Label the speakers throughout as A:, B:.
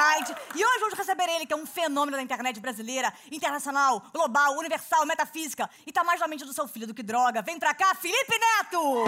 A: Night. E hoje vamos receber ele, que é um fenômeno da internet brasileira, internacional, global, universal, metafísica. E tá mais na mente do seu filho do que droga. Vem pra cá, Felipe Neto!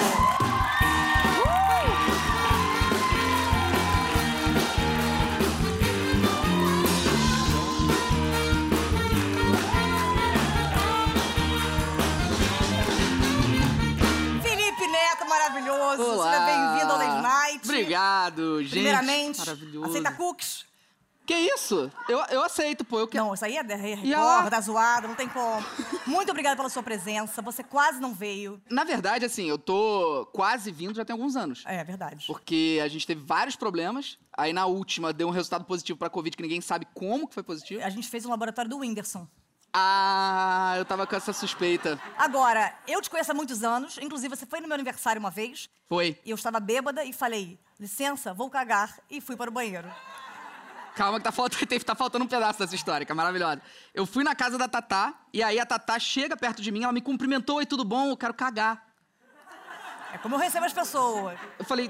A: Maravilhoso.
B: Olá.
A: Seja bem-vindo ao Late Night.
B: Obrigado, gente.
A: Primeiramente,
B: maravilhoso.
A: aceita cookies?
B: Que isso? Eu aceito, pô. Eu quero.
A: Não, isso aí é Record, tá zoado, não tem como. Muito obrigada pela sua presença. Você quase não veio.
B: Na verdade, assim, eu tô quase vindo já tem alguns anos.
A: É verdade.
B: Porque a gente teve vários problemas. Aí, na última, deu um resultado positivo pra Covid, que ninguém sabe como que foi positivo.
A: A gente fez um laboratório do Whindersson.
B: Ah, eu tava com essa suspeita.
A: Agora, eu te conheço há muitos anos. Inclusive, você foi no meu aniversário uma vez.
B: Foi.
A: E eu estava bêbada e falei, licença, vou cagar. E fui para o banheiro.
B: Calma que tá faltando um pedaço dessa história, que é maravilhosa. Eu fui na casa da Tatá, e aí a Tatá chega perto de mim, ela me cumprimentou, oi, tudo bom? Eu quero cagar.
A: É como eu recebo as pessoas.
B: Eu falei...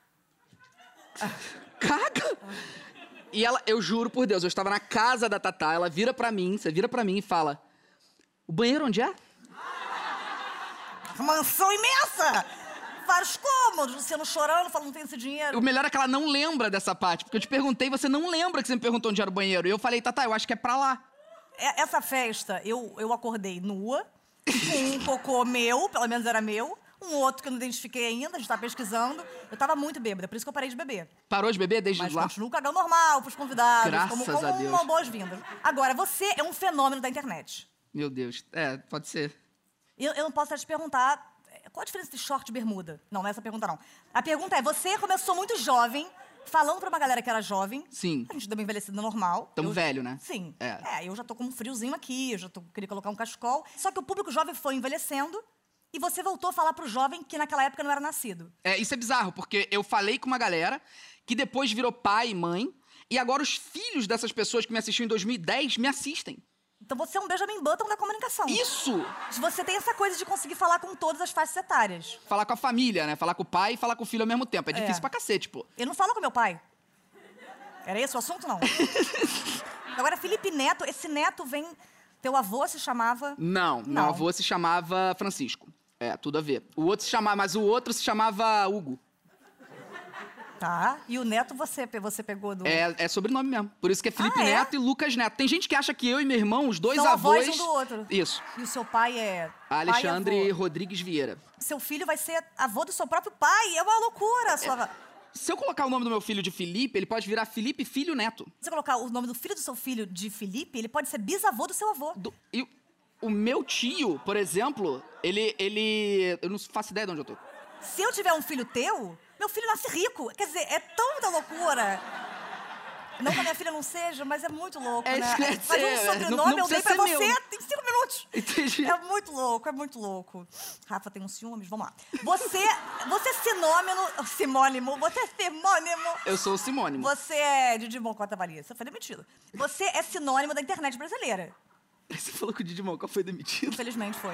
B: Caga? E ela, eu juro por Deus, eu estava na casa da Tatá, ela vira pra mim, você vira pra mim e fala... O banheiro onde é?
A: Mansão imensa! Vários cômodos, Luciano chorando, falando não tem esse dinheiro.
B: O melhor é que ela não lembra dessa parte, porque eu te perguntei, você não lembra que você me perguntou onde era o banheiro. E eu falei, Tatá, eu acho que é pra lá.
A: Essa festa, eu acordei nua, com um cocô meu, pelo menos era meu, um outro que eu não identifiquei ainda, a gente tá pesquisando. Eu tava muito bêbada, por isso que eu parei de beber.
B: Parou de beber desde
A: Mas
B: lá?
A: continuo cagando normal pros convidados,
B: Graças
A: como
B: a Deus.
A: uma boas-vindas. Agora, você é um fenômeno da internet.
B: Meu Deus, pode ser.
A: Eu não posso até te perguntar, qual a diferença entre short e bermuda? Não é essa a pergunta, não. A pergunta é, você começou muito jovem, falando pra uma galera que era jovem.
B: Sim.
A: A gente deu uma envelhecida normal.
B: Tamo velho, né?
A: Sim.
B: É.
A: Eu já tô com um friozinho aqui, queria colocar um cachecol. Só que o público jovem foi envelhecendo e você voltou a falar pro jovem que naquela época não era nascido.
B: Isso é bizarro, porque eu falei com uma galera que depois virou pai e mãe, e agora os filhos dessas pessoas que me assistiam em 2010 me assistem.
A: Então você é um Benjamin Button da comunicação.
B: Isso!
A: Você tem essa coisa de conseguir falar com todas as faixas etárias.
B: Falar com a família, né? Falar com o pai e falar com o filho ao mesmo tempo. É difícil pra cacete, pô.
A: Eu não falo com meu pai. Era esse o assunto, não? Agora, Felipe Neto, esse Neto vem... Teu avô se chamava...
B: Não, meu avô se chamava Francisco. Tudo a ver. Mas o outro se chamava Hugo.
A: Tá. E o Neto você pegou do...
B: É sobrenome mesmo. Por isso que é Felipe
A: é?
B: Neto e Lucas Neto. Tem gente que acha que eu e meu irmão, os dois
A: São
B: avós...
A: avós um do outro.
B: Isso.
A: E o seu pai é...
B: Alexandre
A: pai e avô.
B: Rodrigues Vieira.
A: Seu filho vai ser avô do seu próprio pai. É uma loucura.
B: Se eu colocar o nome do meu filho de Felipe, ele pode virar Felipe Filho Neto.
A: Se você colocar o nome do filho do seu filho de Felipe, ele pode ser bisavô do seu avô.
B: E o meu tio, por exemplo, ele... Eu não faço ideia de onde eu tô.
A: Se eu tiver um filho teu, meu filho nasce rico. Quer dizer, é tanta loucura. Não que a minha filha não seja, mas é muito louco, né? Mas um sobrenome eu dei pra você em 5 minutos.
B: Entendi.
A: É muito louco, é muito louco. Rafa tem uns ciúmes, vamos lá. Você é sinônimo. Você é sinônimo.
B: Eu sou o sinônimo.
A: Você é Didi Mocota Valia. Você foi demitido. Você é sinônimo da internet brasileira.
B: Você falou que o Didi Mocó foi demitido?
A: Infelizmente foi.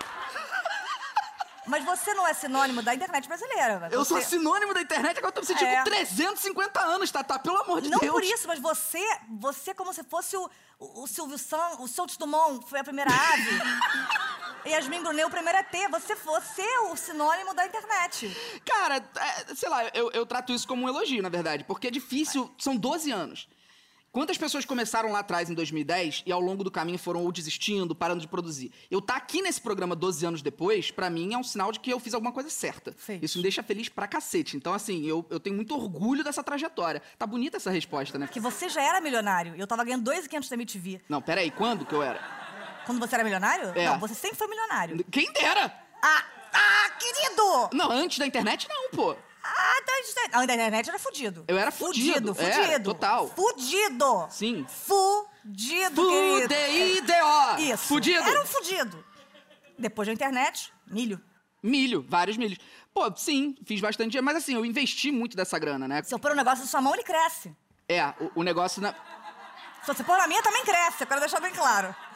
A: Mas você não é sinônimo da internet brasileira.
B: Eu sou sinônimo da internet, agora eu tô me sentindo com 350 anos, Tatá, pelo amor de Deus.
A: Não por isso, mas você como se fosse o Silvio Santos, o Santos Dumont foi a primeira ave. Yasmin Brunet, o primeiro ET. Você é o sinônimo da internet.
B: Cara, sei lá, eu trato isso como um elogio, na verdade, porque é difícil, são 12 anos. Quantas pessoas começaram lá atrás, em 2010, e ao longo do caminho foram ou desistindo, parando de produzir? Eu tá aqui nesse programa 12 anos depois, pra mim, é um sinal de que eu fiz alguma coisa certa.
A: Fez.
B: Isso me deixa feliz pra cacete. Então, assim, eu tenho muito orgulho dessa trajetória. Tá bonita essa resposta, né?
A: Porque você já era milionário. Eu tava ganhando 2.500 da MTV.
B: Não, peraí, quando que eu era?
A: Quando você era milionário?
B: É.
A: Não, você sempre foi milionário.
B: Quem dera!
A: Querido!
B: Não, antes da internet não, pô.
A: Da internet era fudido.
B: Eu era fudido. Total.
A: Fudido.
B: Sim.
A: Fudido, querido.
B: F-U-D-I-D-O.
A: Isso.
B: Fudido.
A: Era um fudido. Depois da internet, milho.
B: Milho, vários milhos. Pô, sim, fiz bastante dinheiro. Mas assim, eu investi muito dessa grana, né?
A: Se eu pôr um negócio na sua mão, ele cresce.
B: O negócio...
A: Se você pôr na minha, também cresce. Eu quero deixar bem claro.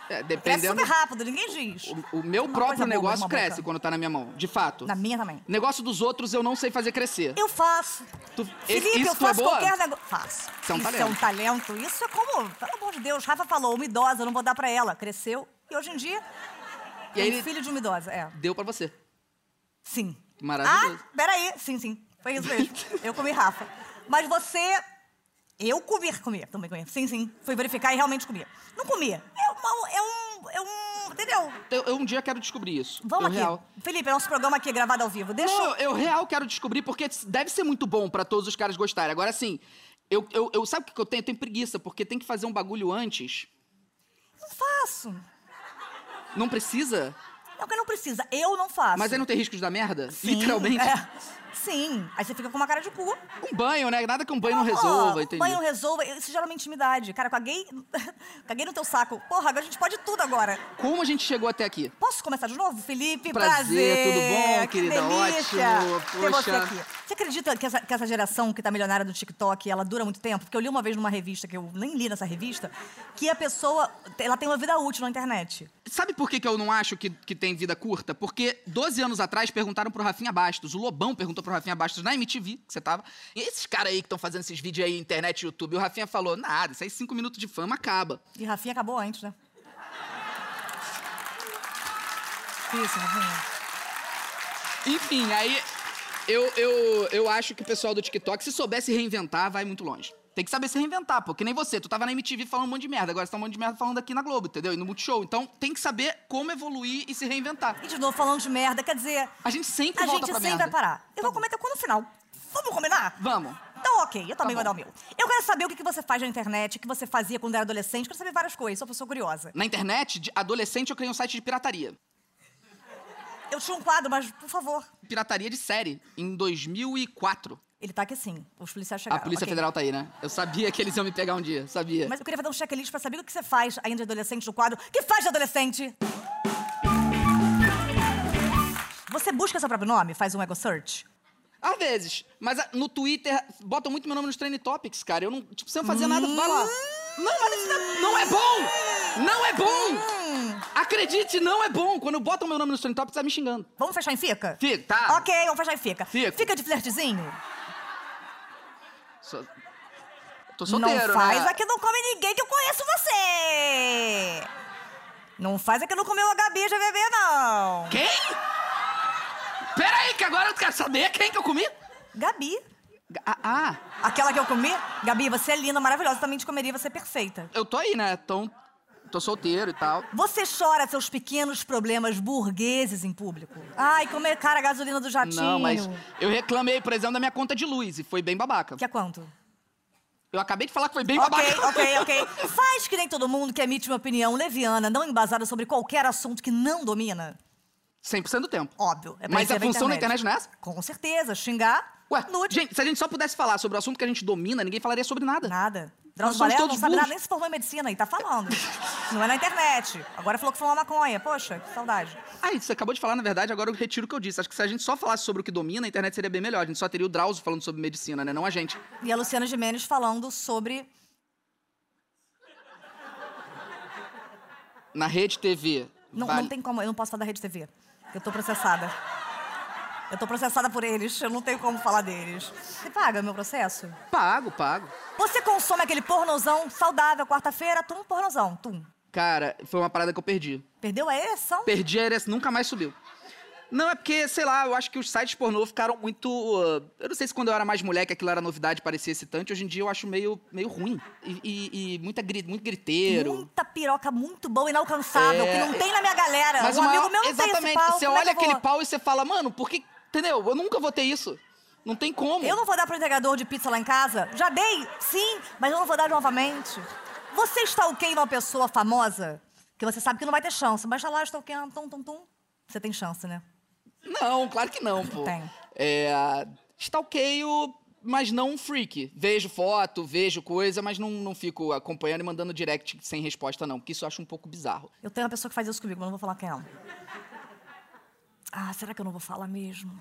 B: Dependendo...
A: Cresce super rápido, ninguém diz.
B: O meu próprio negócio cresce quando tá na minha mão, de fato.
A: Na minha também.
B: Negócio dos outros eu não sei fazer crescer.
A: Eu faço. Felipe, eu faço qualquer negócio. Faço.
B: Isso é um talento.
A: Isso é um talento. Isso é como, pelo amor de Deus, Rafa falou, uma idosa, eu não vou dar pra ela. Cresceu. E hoje em dia, é filho de uma idosa.
B: Deu pra você.
A: Sim.
B: Maravilhoso.
A: Peraí. Sim. Foi isso mesmo. Eu comi Rafa. Mas você... Eu comi. Também comi. Sim. Fui verificar e realmente comi. Não comi. Entendeu?
B: Eu um dia quero descobrir isso.
A: Vamos aqui.
B: Real.
A: Felipe, nosso programa aqui é gravado ao vivo. Deixa
B: eu real quero descobrir, porque deve ser muito bom pra todos os caras gostarem. Agora, assim, sabe o que eu tenho? Eu tenho preguiça, porque tem que fazer um bagulho antes.
A: Não faço.
B: Não precisa?
A: Não, que não precisa. Eu não faço.
B: Mas aí não tem risco de dar merda?
A: Sim,
B: Literalmente?
A: Sim. Aí você fica com uma cara de cu.
B: Um banho, né? Nada que um banho não resolva, entendi.
A: Um banho não resolva. Isso gera uma intimidade. Cara, caguei no teu saco. Porra, agora a gente pode tudo agora.
B: Como a gente chegou até aqui?
A: Posso começar de novo? Felipe,
B: prazer. Tudo bom,
A: delícia
B: querida? Ótimo.
A: ter você aqui. Você acredita que essa geração que tá milionária do TikTok, ela dura muito tempo? Porque eu li uma vez numa revista, que eu nem li nessa revista, que a pessoa, ela tem uma vida útil na internet.
B: Sabe por que eu não acho que tem vida curta? Porque 12 anos atrás perguntaram pro Rafinha Bastos, o Lobão perguntou pro Rafinha Bastos na MTV, que você tava, e esses caras aí que estão fazendo esses vídeos aí, internet, YouTube, o Rafinha falou, nada, isso aí 5 minutos de fama acaba.
A: E Rafinha acabou antes, né? Isso, Rafinha.
B: Enfim, aí eu acho que o pessoal do TikTok, se souber se reinventar, vai muito longe. Tem que saber se reinventar, pô. Que nem você. Tu tava na MTV falando um monte de merda. Agora você tá um monte de merda falando aqui na Globo, entendeu? E no Multishow. Então, tem que saber como evoluir e se reinventar.
A: E de novo, falando de merda, quer dizer...
B: A gente sempre volta pra merda.
A: A gente sempre vai parar. Eu vou comentar no final. Vamos combinar?
B: Vamos.
A: Então, ok. Eu também vou dar o meu. Eu quero saber o que você faz na internet, o que você fazia quando era adolescente. Quero saber várias coisas. Sou uma pessoa curiosa.
B: Na internet, de adolescente, eu criei um site de pirataria.
A: Eu tinha um quadro, mas, por favor.
B: Pirataria de série, em 2004.
A: Ele tá aqui sim. Os policiais chegaram.
B: A Polícia Federal tá aí, né? Eu sabia que eles iam me pegar um dia, sabia.
A: Mas eu queria fazer um checklist pra saber o que você faz ainda de adolescente no quadro. O que faz de adolescente? Você busca seu próprio nome? Faz um ego search?
B: Às vezes. Mas no Twitter, botam muito meu nome nos Trending Topics, cara. Eu não... Tipo, sem fazer nada, vai lá. Não, mas isso não é bom! Não é bom! Acredite, não é bom. Quando botam meu nome nos Trending Topics, tá me xingando.
A: Vamos fechar em fica?
B: Fica, tá.
A: Ok, vamos fechar em fica.
B: Fica
A: de flertezinho?
B: Tô solteiro,
A: não faz
B: né?
A: aqui, não come ninguém que eu conheço você! Não faz aqui, não comeu a Gabi de bebê, não!
B: Quem? Pera aí, que agora eu quero saber quem que eu comi.
A: Gabi.
B: Ah.
A: Aquela que eu comi? Gabi, você é linda, maravilhosa, eu também te comeria, você é perfeita.
B: Eu tô aí, né? Então, tô solteiro e tal.
A: Você chora seus pequenos problemas burgueses em público? Ai, comer cara a gasolina do jatinho.
B: Não, mas eu reclamei, por exemplo, da minha conta de luz e foi bem babaca.
A: Que é quanto?
B: Eu acabei de falar que foi bem babaca.
A: Ok. Faz que nem todo mundo que emite uma opinião leviana, não embasada sobre qualquer assunto que não domina.
B: 100% do tempo.
A: Óbvio.
B: Mas a função da internet não é essa?
A: Com certeza. Xingar,
B: ué,
A: nude.
B: Gente, se a gente só pudesse falar sobre o assunto que a gente domina, ninguém falaria sobre nada.
A: Nada.
B: Nós
A: Drauzio
B: somos
A: Varela
B: todos
A: não sabe
B: burros.
A: nada, nem se formou em medicina e tá falando. Não é na internet. Agora falou que foi uma maconha. Poxa, que saudade.
B: Ah, você acabou de falar, na verdade, agora eu retiro o que eu disse. Acho que se a gente só falasse sobre o que domina, a internet seria bem melhor. A gente só teria o Drauzio falando sobre medicina, né? Não a gente.
A: E a Luciana Gimenez falando sobre...
B: Na Rede TV.
A: Não tem como, eu não posso falar da Rede TV. Eu tô processada. Eu tô processada por eles, eu não tenho como falar deles. Você paga meu processo?
B: Pago.
A: Você consome aquele pornozão saudável, quarta-feira, pornozão,
B: Cara, foi uma parada que eu perdi.
A: Perdeu a ereção?
B: Perdi a ereção, nunca mais subiu. Não, é porque, sei lá, eu acho que os sites pornô ficaram muito... eu não sei se quando eu era mais moleque aquilo era novidade, parecia excitante. Hoje em dia eu acho meio ruim. E muito griteiro.
A: Muita piroca muito boa, inalcançável, que não tem na minha galera.
B: Mas
A: um amigo meu não
B: exatamente,
A: tem esse pau.
B: você olha aquele pau e você fala, mano, por que... Entendeu? Eu nunca vou ter isso. Não tem como.
A: Eu não vou dar pro entregador de pizza lá em casa. Já dei, sim, mas eu não vou dar novamente. Você stalkeia uma pessoa famosa, que você sabe que não vai ter chance, mas tá lá stalkeando, Você tem chance, né?
B: Não, claro que não, pô.
A: Tem.
B: Stalkeio, mas não um freak. Vejo foto, vejo coisa, mas não fico acompanhando e mandando direct sem resposta, não. Porque isso eu acho um pouco bizarro.
A: Eu tenho uma pessoa que faz isso comigo, mas não vou falar quem é. Ah, será que eu não vou falar mesmo?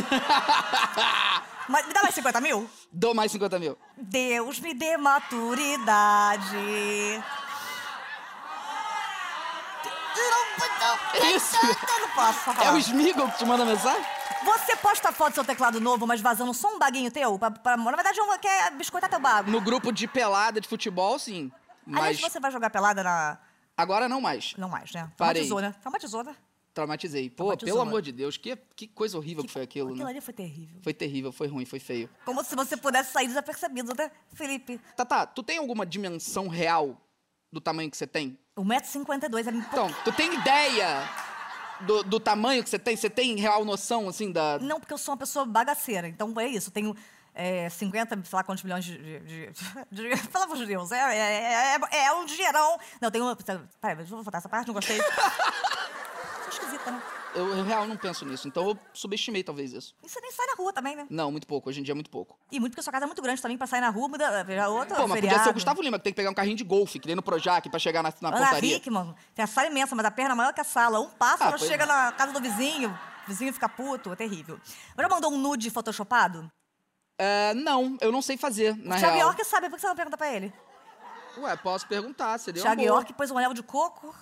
A: Mas me dá mais 50 mil?
B: Dou mais 50 mil.
A: Deus me dê maturidade.
B: Isso?
A: Eu não posso falar.
B: É o Smigol que te manda mensagem?
A: Você posta foto do seu teclado novo, mas vazando só um baguinho teu? Na verdade, quer biscoitar teu bago.
B: No grupo de pelada de futebol, sim.
A: Aliás,
B: Mas
A: você vai jogar pelada na...
B: agora não mais.
A: Não mais, né?
B: Parei.
A: Traumatizou, né? Traumatizou, né?
B: Traumatizei. Pô,
A: Traumatizou,
B: pelo
A: né?
B: amor de Deus, que coisa horrível que foi aquilo,
A: Aquilo
B: né?
A: ali foi terrível.
B: Foi terrível, foi ruim, foi feio.
A: Como se você pudesse sair desapercebido, né, Felipe?
B: Tá, tu tem alguma dimensão real do tamanho que você tem?
A: 1,52 m é muito...
B: Então, tu tem ideia do tamanho que você tem? Você tem real noção, assim, da...
A: Não, porque eu sou uma pessoa bagaceira. Então é isso. Eu tenho 50, sei lá quantos milhões pelo amor de Deus. É um dinheirão. Não, eu tenho... Peraí, deixa eu botar essa parte, não gostei. Sou esquisita, né?
B: Eu real não penso nisso, então eu subestimei talvez isso.
A: E você nem sai na rua também, né?
B: Não, muito pouco, hoje em dia é muito pouco.
A: E muito porque sua casa é muito grande também pra sair na rua, já outra,
B: Pô, mas
A: feriado.
B: podia ser o Gustavo Lima, que tem que pegar um carrinho de golfe, que nem no Projac, pra chegar na
A: Ana
B: portaria.
A: Hickman, tem a sala imensa, mas a perna é maior que a sala. Um passo, ela
B: pois
A: chega
B: é.
A: na casa do vizinho, o vizinho fica puto, é terrível. Já mandou um nude photoshopado?
B: Não, eu não sei fazer, na
A: O Thiago
B: real.
A: York sabe, por que você não pergunta pra ele?
B: Ué, posso perguntar, seria uma
A: Thiago
B: boa.
A: York pôs um anel de coco.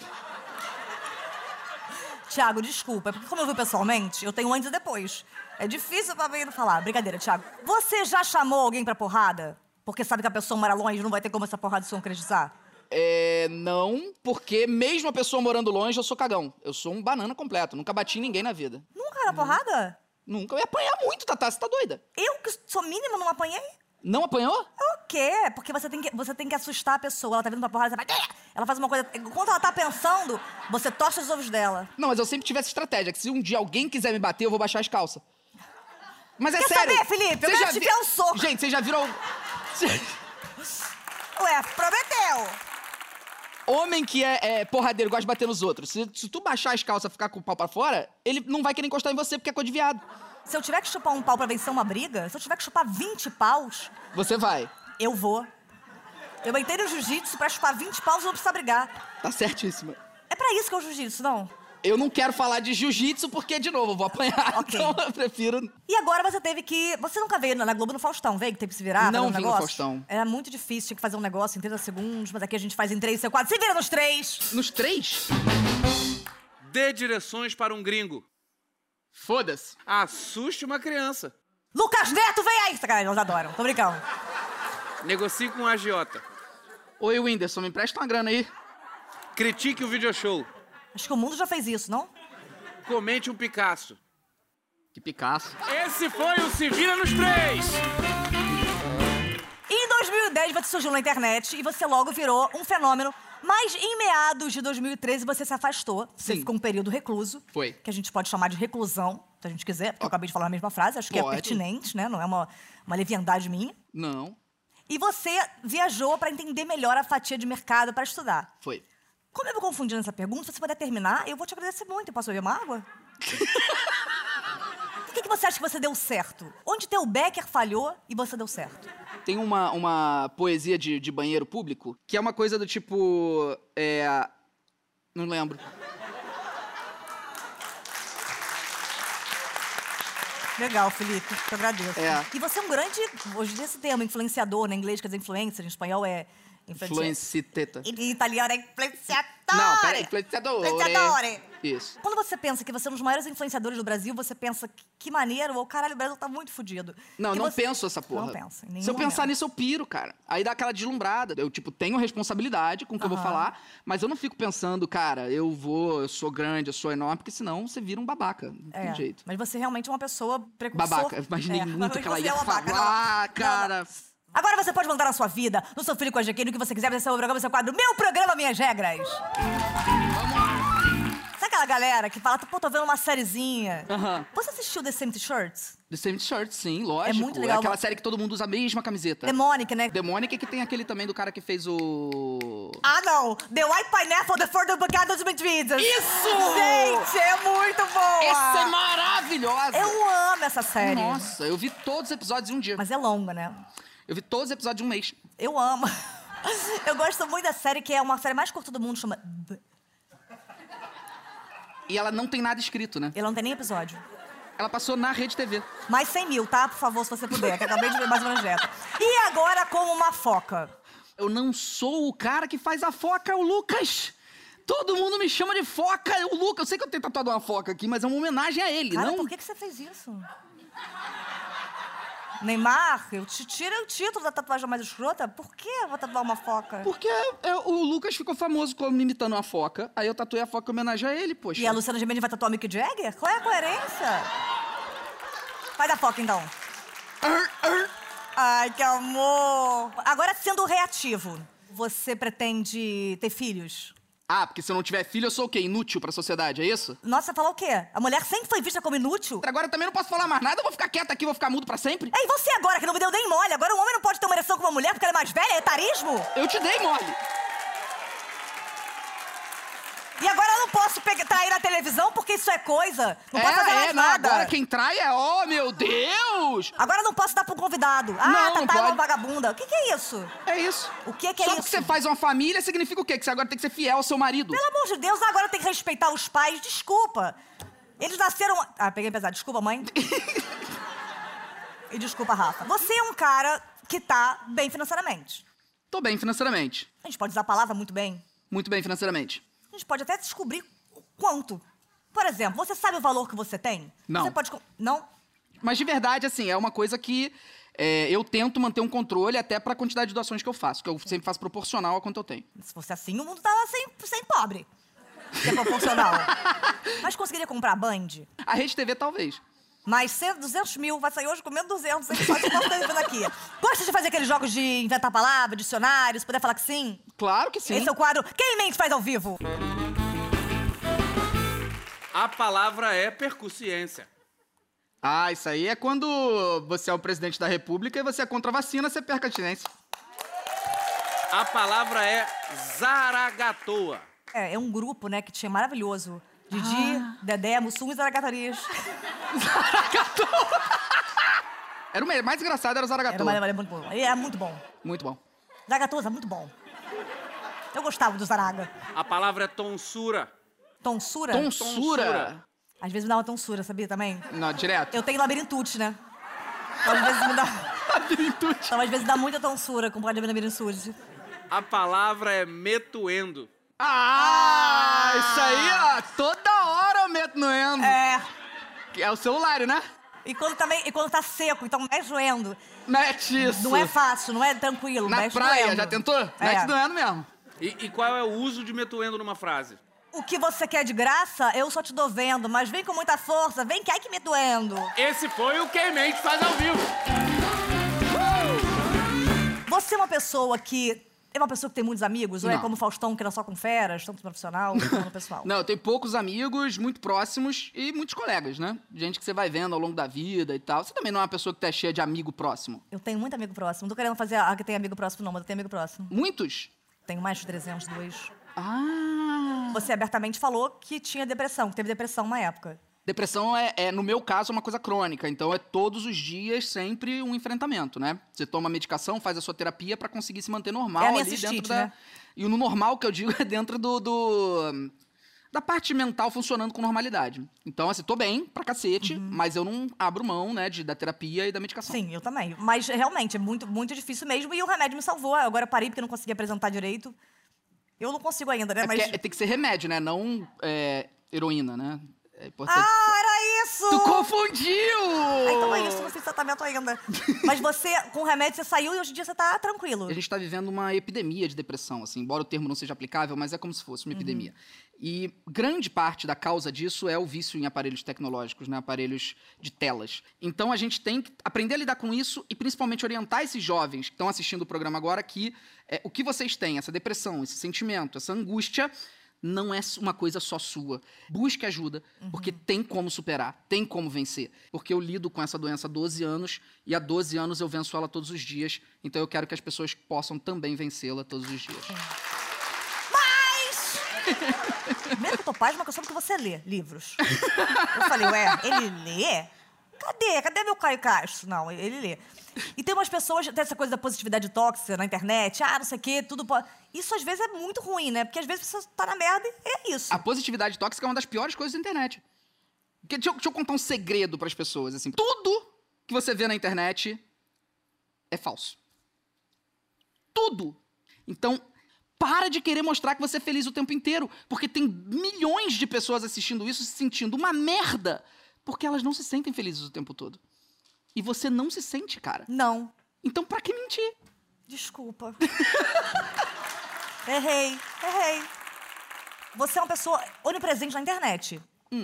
A: Thiago, desculpa, é porque como eu vi pessoalmente, eu tenho antes e depois. É difícil pra mim não falar. Brincadeira, Thiago. Você já chamou alguém pra porrada? Porque sabe que a pessoa mora longe e não vai ter como essa porrada se concretizar?
B: Não, porque mesmo a pessoa morando longe, eu sou cagão. Eu sou um banana completo, nunca bati em ninguém na vida.
A: Nunca na porrada?
B: Nunca. Eu ia apanhar muito, Tatá, você tá doida?
A: Eu, que sou mínima, não apanhei?
B: Não apanhou?
A: O quê? Porque você tem que assustar a pessoa. Ela tá vindo pra porrada, você vai... Ela faz uma coisa... Enquanto ela tá pensando, você torce os ovos dela.
B: Não, mas eu sempre tive essa estratégia, que se um dia alguém quiser me bater, eu vou baixar as calças. Mas é
A: Quer
B: sério.
A: saber, Felipe? Eu
B: Vocês
A: quero te enfiar um soco.
B: Gente, vocês já viram...
A: Ué, prometeu.
B: Homem que é porradeiro, gosta de bater nos outros. Se tu baixar as calças e ficar com o pau pra fora, ele não vai querer encostar em você porque é coisa de viado.
A: Se eu tiver que chupar um pau pra vencer uma briga, se eu tiver que chupar 20 paus,
B: Você vai.
A: eu vou. Eu entrei no jiu-jitsu pra chupar 20 paus e não precisar brigar.
B: Tá certíssima.
A: É pra isso que é o jiu-jitsu, não?
B: Eu não quero falar de jiu-jitsu porque, de novo, eu vou apanhar.
A: Ok.
B: Então eu prefiro...
A: E agora você teve que... Você nunca veio na Globo no Faustão, veio? Que teve que se virar?
B: Não
A: fazer um
B: vi no
A: negócio?
B: Faustão.
A: Era muito difícil, tinha que fazer um negócio em 30 segundos, mas aqui a gente faz em 3, 4. Se vira nos 3!
B: Nos 3?
C: Dê direções para um gringo.
B: Foda-se.
C: Assuste uma criança.
A: Lucas Neto, vem aí! Sacanagem, eles adoram. Tô brincando.
C: Negocie com um agiota.
B: Oi, Whindersson, me empresta uma grana aí.
C: Critique o video show.
A: Acho que o mundo já fez isso, não?
C: Comente um Picasso.
B: Que Picasso.
C: Esse foi o Se Vira nos 3!
A: Em 2010 você surgiu na internet e você logo virou um fenômeno. Mas em meados de 2013 você se afastou. Você
B: Sim.
A: ficou um período recluso.
B: Foi.
A: Que a gente pode chamar de reclusão, se a gente quiser. Porque eu acabei de falar a mesma frase. Acho que é
B: Pode.
A: pertinente, né? Não é uma leviandade minha.
B: Não.
A: E você viajou para entender melhor a fatia de mercado para estudar.
B: Foi.
A: Como eu me confundi nessa pergunta, se você puder terminar, eu vou te agradecer muito. Eu posso beber uma água? Por que você acha que você deu certo? Onde teu Becker falhou e você deu certo?
B: Tem uma poesia de banheiro público que é uma coisa do tipo... Não lembro.
A: Legal, Felipe. Eu agradeço.
B: É.
A: E você é um grande... Hoje em dia esse termo, influenciador, né? Em inglês quer dizer influencer, em espanhol é...
B: Influenciteta.
A: Em italiano é influenciatore.
B: Não, peraí, influenciador.
A: Influenciatore.
B: Isso.
A: Quando você pensa que você é um dos maiores influenciadores do Brasil, você pensa que maneiro, ou caralho, o Brasil tá muito fudido.
B: Não,
A: Que
B: não
A: você...
B: penso essa porra.
A: Não pensa, em nenhum
B: Se eu pensar
A: momento.
B: nisso, eu piro, cara. Aí dá aquela deslumbrada. Eu, tenho responsabilidade com o que eu vou falar, mas eu não fico pensando, cara, eu sou grande, eu sou enorme, porque senão você vira um babaca. Não tem jeito.
A: Mas você realmente é uma pessoa precursor.
B: Babaca. Imaginei muito que ela
A: Você
B: ia
A: é uma babaca,
B: falar,
A: não.
B: cara.
A: Agora você pode mandar na sua vida, no seu filho com a GQ, no que você quiser, fazer seu programa, seu quadro. Meu programa, minhas regras. Sabe aquela galera que fala, pô, tô vendo uma sériezinha.
B: Aham.
A: Você assistiu The Same Shirts?
B: The Same Shirt, sim, lógico.
A: É muito legal.
B: É aquela série que todo mundo usa a mesma camiseta.
A: Demônica, né?
B: Demônica, que tem aquele também do cara que fez o...
A: Ah, não! The White Pineapple, The Further Bocado dos Medvidas.
B: Isso!
A: Gente, é muito boa!
B: Essa é maravilhosa!
A: Eu amo essa série.
B: Nossa, eu vi todos os episódios em um dia.
A: Mas é longa, né?
B: Eu vi todos os episódios de um mês.
A: Eu amo. Eu gosto muito da série, que é uma série mais curta do mundo, chama...
B: E ela não tem nada escrito, né?
A: Ela não tem nem episódio.
B: Ela passou na Rede TV.
A: Mais 100 mil, tá? Por favor, se você puder, que eu acabei de ver mais uma dieta. E agora, como uma foca.
B: Eu não sou o cara que faz a foca, é o Lucas. Todo mundo me chama de foca. O Lucas, eu sei que eu tenho tatuado uma foca aqui, mas é uma homenagem a ele,
A: Cara,
B: não?
A: por que você fez isso? Neymar, eu te tiro o título da tatuagem mais escrota. Por que eu vou tatuar uma foca?
B: Porque o Lucas ficou famoso como imitando uma foca. Aí eu tatuei a foca em homenagem a ele, poxa.
A: E a Luciana Gimenez vai tatuar o Mick Jagger? Qual é a coerência? Faz a foca, então. Ai, que amor. Agora, sendo reativo, você pretende ter filhos?
B: Ah, porque se eu não tiver filho, eu sou o quê? Inútil pra sociedade, é isso?
A: Nossa, você falou o quê? A mulher sempre foi vista como inútil?
B: Agora eu também não posso falar mais nada, eu vou ficar quieta aqui, vou ficar mudo pra sempre?
A: É, e você agora, que não me deu nem mole? Agora um homem não pode ter uma ereção com uma mulher porque ela é mais velha? É etarismo?
B: Eu te dei mole.
A: E agora eu não posso trair na televisão porque isso é coisa. Não posso fazer mais nada.
B: Agora quem trai é, oh, meu Deus!
A: Agora eu não posso dar pro convidado. Ah,
B: Não,
A: Tatá
B: não
A: é uma
B: pode.
A: vagabunda. O que é isso?
B: É isso.
A: O que é
B: Só
A: isso?
B: porque você faz uma família, significa o quê? Que você agora tem que ser fiel ao seu marido.
A: Pelo amor de Deus, agora tem que respeitar os pais. Desculpa. Eles nasceram... Ah, peguei pesado. Desculpa, mãe. E desculpa, Rafa. Você é um cara que tá bem financeiramente.
B: Tô bem financeiramente.
A: A gente pode usar a palavra muito bem.
B: Muito bem financeiramente.
A: A gente pode até descobrir quanto. Por exemplo, você sabe o valor que você tem?
B: Não.
A: Você pode... Não?
B: Mas de verdade, assim, é uma coisa que eu tento manter um controle até pra quantidade de doações que eu faço, que eu sempre faço proporcional a quanto eu tenho.
A: Se fosse assim, o mundo tava sem pobre. Que é proporcional. Mas conseguiria comprar a Band?
B: A Rede TV, talvez.
A: Mas 200 mil, vai sair hoje comendo 200, você só se vendo aqui. Gosta de fazer aqueles jogos de inventar palavra, dicionário, se puder falar que sim?
B: Claro que sim.
A: Esse é o quadro Quem Mente Faz ao Vivo.
C: A palavra é percussiência.
B: Ah, isso aí é quando você é o presidente da república e você é contra a vacina, você perde a abstinência.
C: A palavra é zaragatoa.
A: É um grupo, né, que tinha maravilhoso. Didi, Dedé, Mussum e Zaragatarias.
B: Zaragatoa! Era o mais engraçado, era o Zaragatoa.
A: Era muito bom. Ele é muito bom.
B: Muito bom.
A: Zaragatoa é muito bom. Eu gostava do Zaraga.
C: A palavra é tonsura.
A: Tonsura?
B: Tonsura?
A: Às vezes me dá uma tonsura, sabia também?
B: Não, direto.
A: Eu tenho labirintute, né? Então, às vezes me dá...
B: Labirintute.
A: Então, às vezes dá muita tonsura com o de labirintute.
C: A palavra é metuendo.
B: Ah, isso aí, ó. Toda hora eu meto no endo.
A: É.
B: É o celular, né?
A: E quando tá seco, então mexe doendo.
B: Mete isso.
A: Não é fácil, não é tranquilo,
B: Na
A: mexe
B: praia,
A: doendo.
B: já tentou?
A: É.
B: Mete doendo mesmo.
C: E qual é o uso de metuendo numa frase?
A: O que você quer de graça, eu só te dou vendo, mas vem com muita força, vem que ai que me doendo.
C: Esse foi o Quem Mente Faz ao Vivo.
A: Você é uma pessoa que... É uma pessoa que tem muitos amigos? Ou é
B: Não.
A: como o Faustão, que era só com feras, tanto profissional quanto no pessoal?
B: Não, eu tenho poucos amigos, muito próximos e muitos colegas, né? Gente que você vai vendo ao longo da vida e tal. Você também não é uma pessoa que tá cheia de amigo próximo?
A: Eu tenho muito amigo próximo. Não tô querendo fazer a que tem amigo próximo, não, mas eu tenho amigo próximo.
B: Muitos?
A: Tenho mais de 302.
B: Ah!
A: Você abertamente falou que tinha depressão, que teve depressão uma época.
B: Depressão no meu caso, é uma coisa crônica. Então, é todos os dias, sempre um enfrentamento, né? Você toma medicação, faz a sua terapia pra conseguir se manter normal
A: É a minha
B: ali
A: cistite,
B: dentro da...
A: né?
B: E no normal, que eu digo, é dentro da parte mental funcionando com normalidade. Então, assim, tô bem pra cacete, mas eu não abro mão, né, da terapia e da medicação.
A: Sim, eu também. Mas realmente, é muito, muito difícil mesmo. E o remédio me salvou. Agora eu parei porque eu não consegui apresentar direito. Eu não consigo ainda, né?
B: É
A: Mas...
B: porque tem que ser remédio, né? Não heroína, né? É importante.
A: Ah, era isso!
B: Tu confundiu!
A: Ah, então é isso, não fiz tratamento ainda. Mas você, com o remédio, você saiu e hoje em dia você tá tranquilo.
B: A gente tá vivendo uma epidemia de depressão, assim, embora o termo não seja aplicável, mas é como se fosse uma epidemia. E grande parte da causa disso é o vício em aparelhos tecnológicos, né? Aparelhos de telas. Então a gente tem que aprender a lidar com isso e principalmente orientar esses jovens que estão assistindo o programa agora que o que vocês têm, essa depressão, esse sentimento, essa angústia, não é uma coisa só sua. Busque ajuda, porque tem como superar, tem como vencer. Porque eu lido com essa doença há 12 anos e há 12 anos eu venço ela todos os dias. Então eu quero que as pessoas possam também vencê-la todos os dias.
A: Mas... Mesmo que eu tô pasma, que eu soube que você lê livros. Eu falei, ué, ele lê? Cadê meu Caio Castro? Não, ele lê. E tem umas pessoas, tem essa coisa da positividade tóxica na internet, não sei o quê, tudo pode... Isso às vezes é muito ruim, né? Porque às vezes você tá na merda e é isso.
B: A positividade tóxica é uma das piores coisas da internet. Porque, deixa eu contar um segredo pras pessoas, assim. Tudo que você vê na internet é falso. Tudo. Então, Para de querer mostrar que você é feliz o tempo inteiro. Porque tem milhões de pessoas assistindo isso se sentindo uma merda. Porque elas não se sentem felizes o tempo todo. E você não se sente, cara.
A: Não.
B: Então pra que mentir?
A: Desculpa. Errei. Você é uma pessoa onipresente na internet.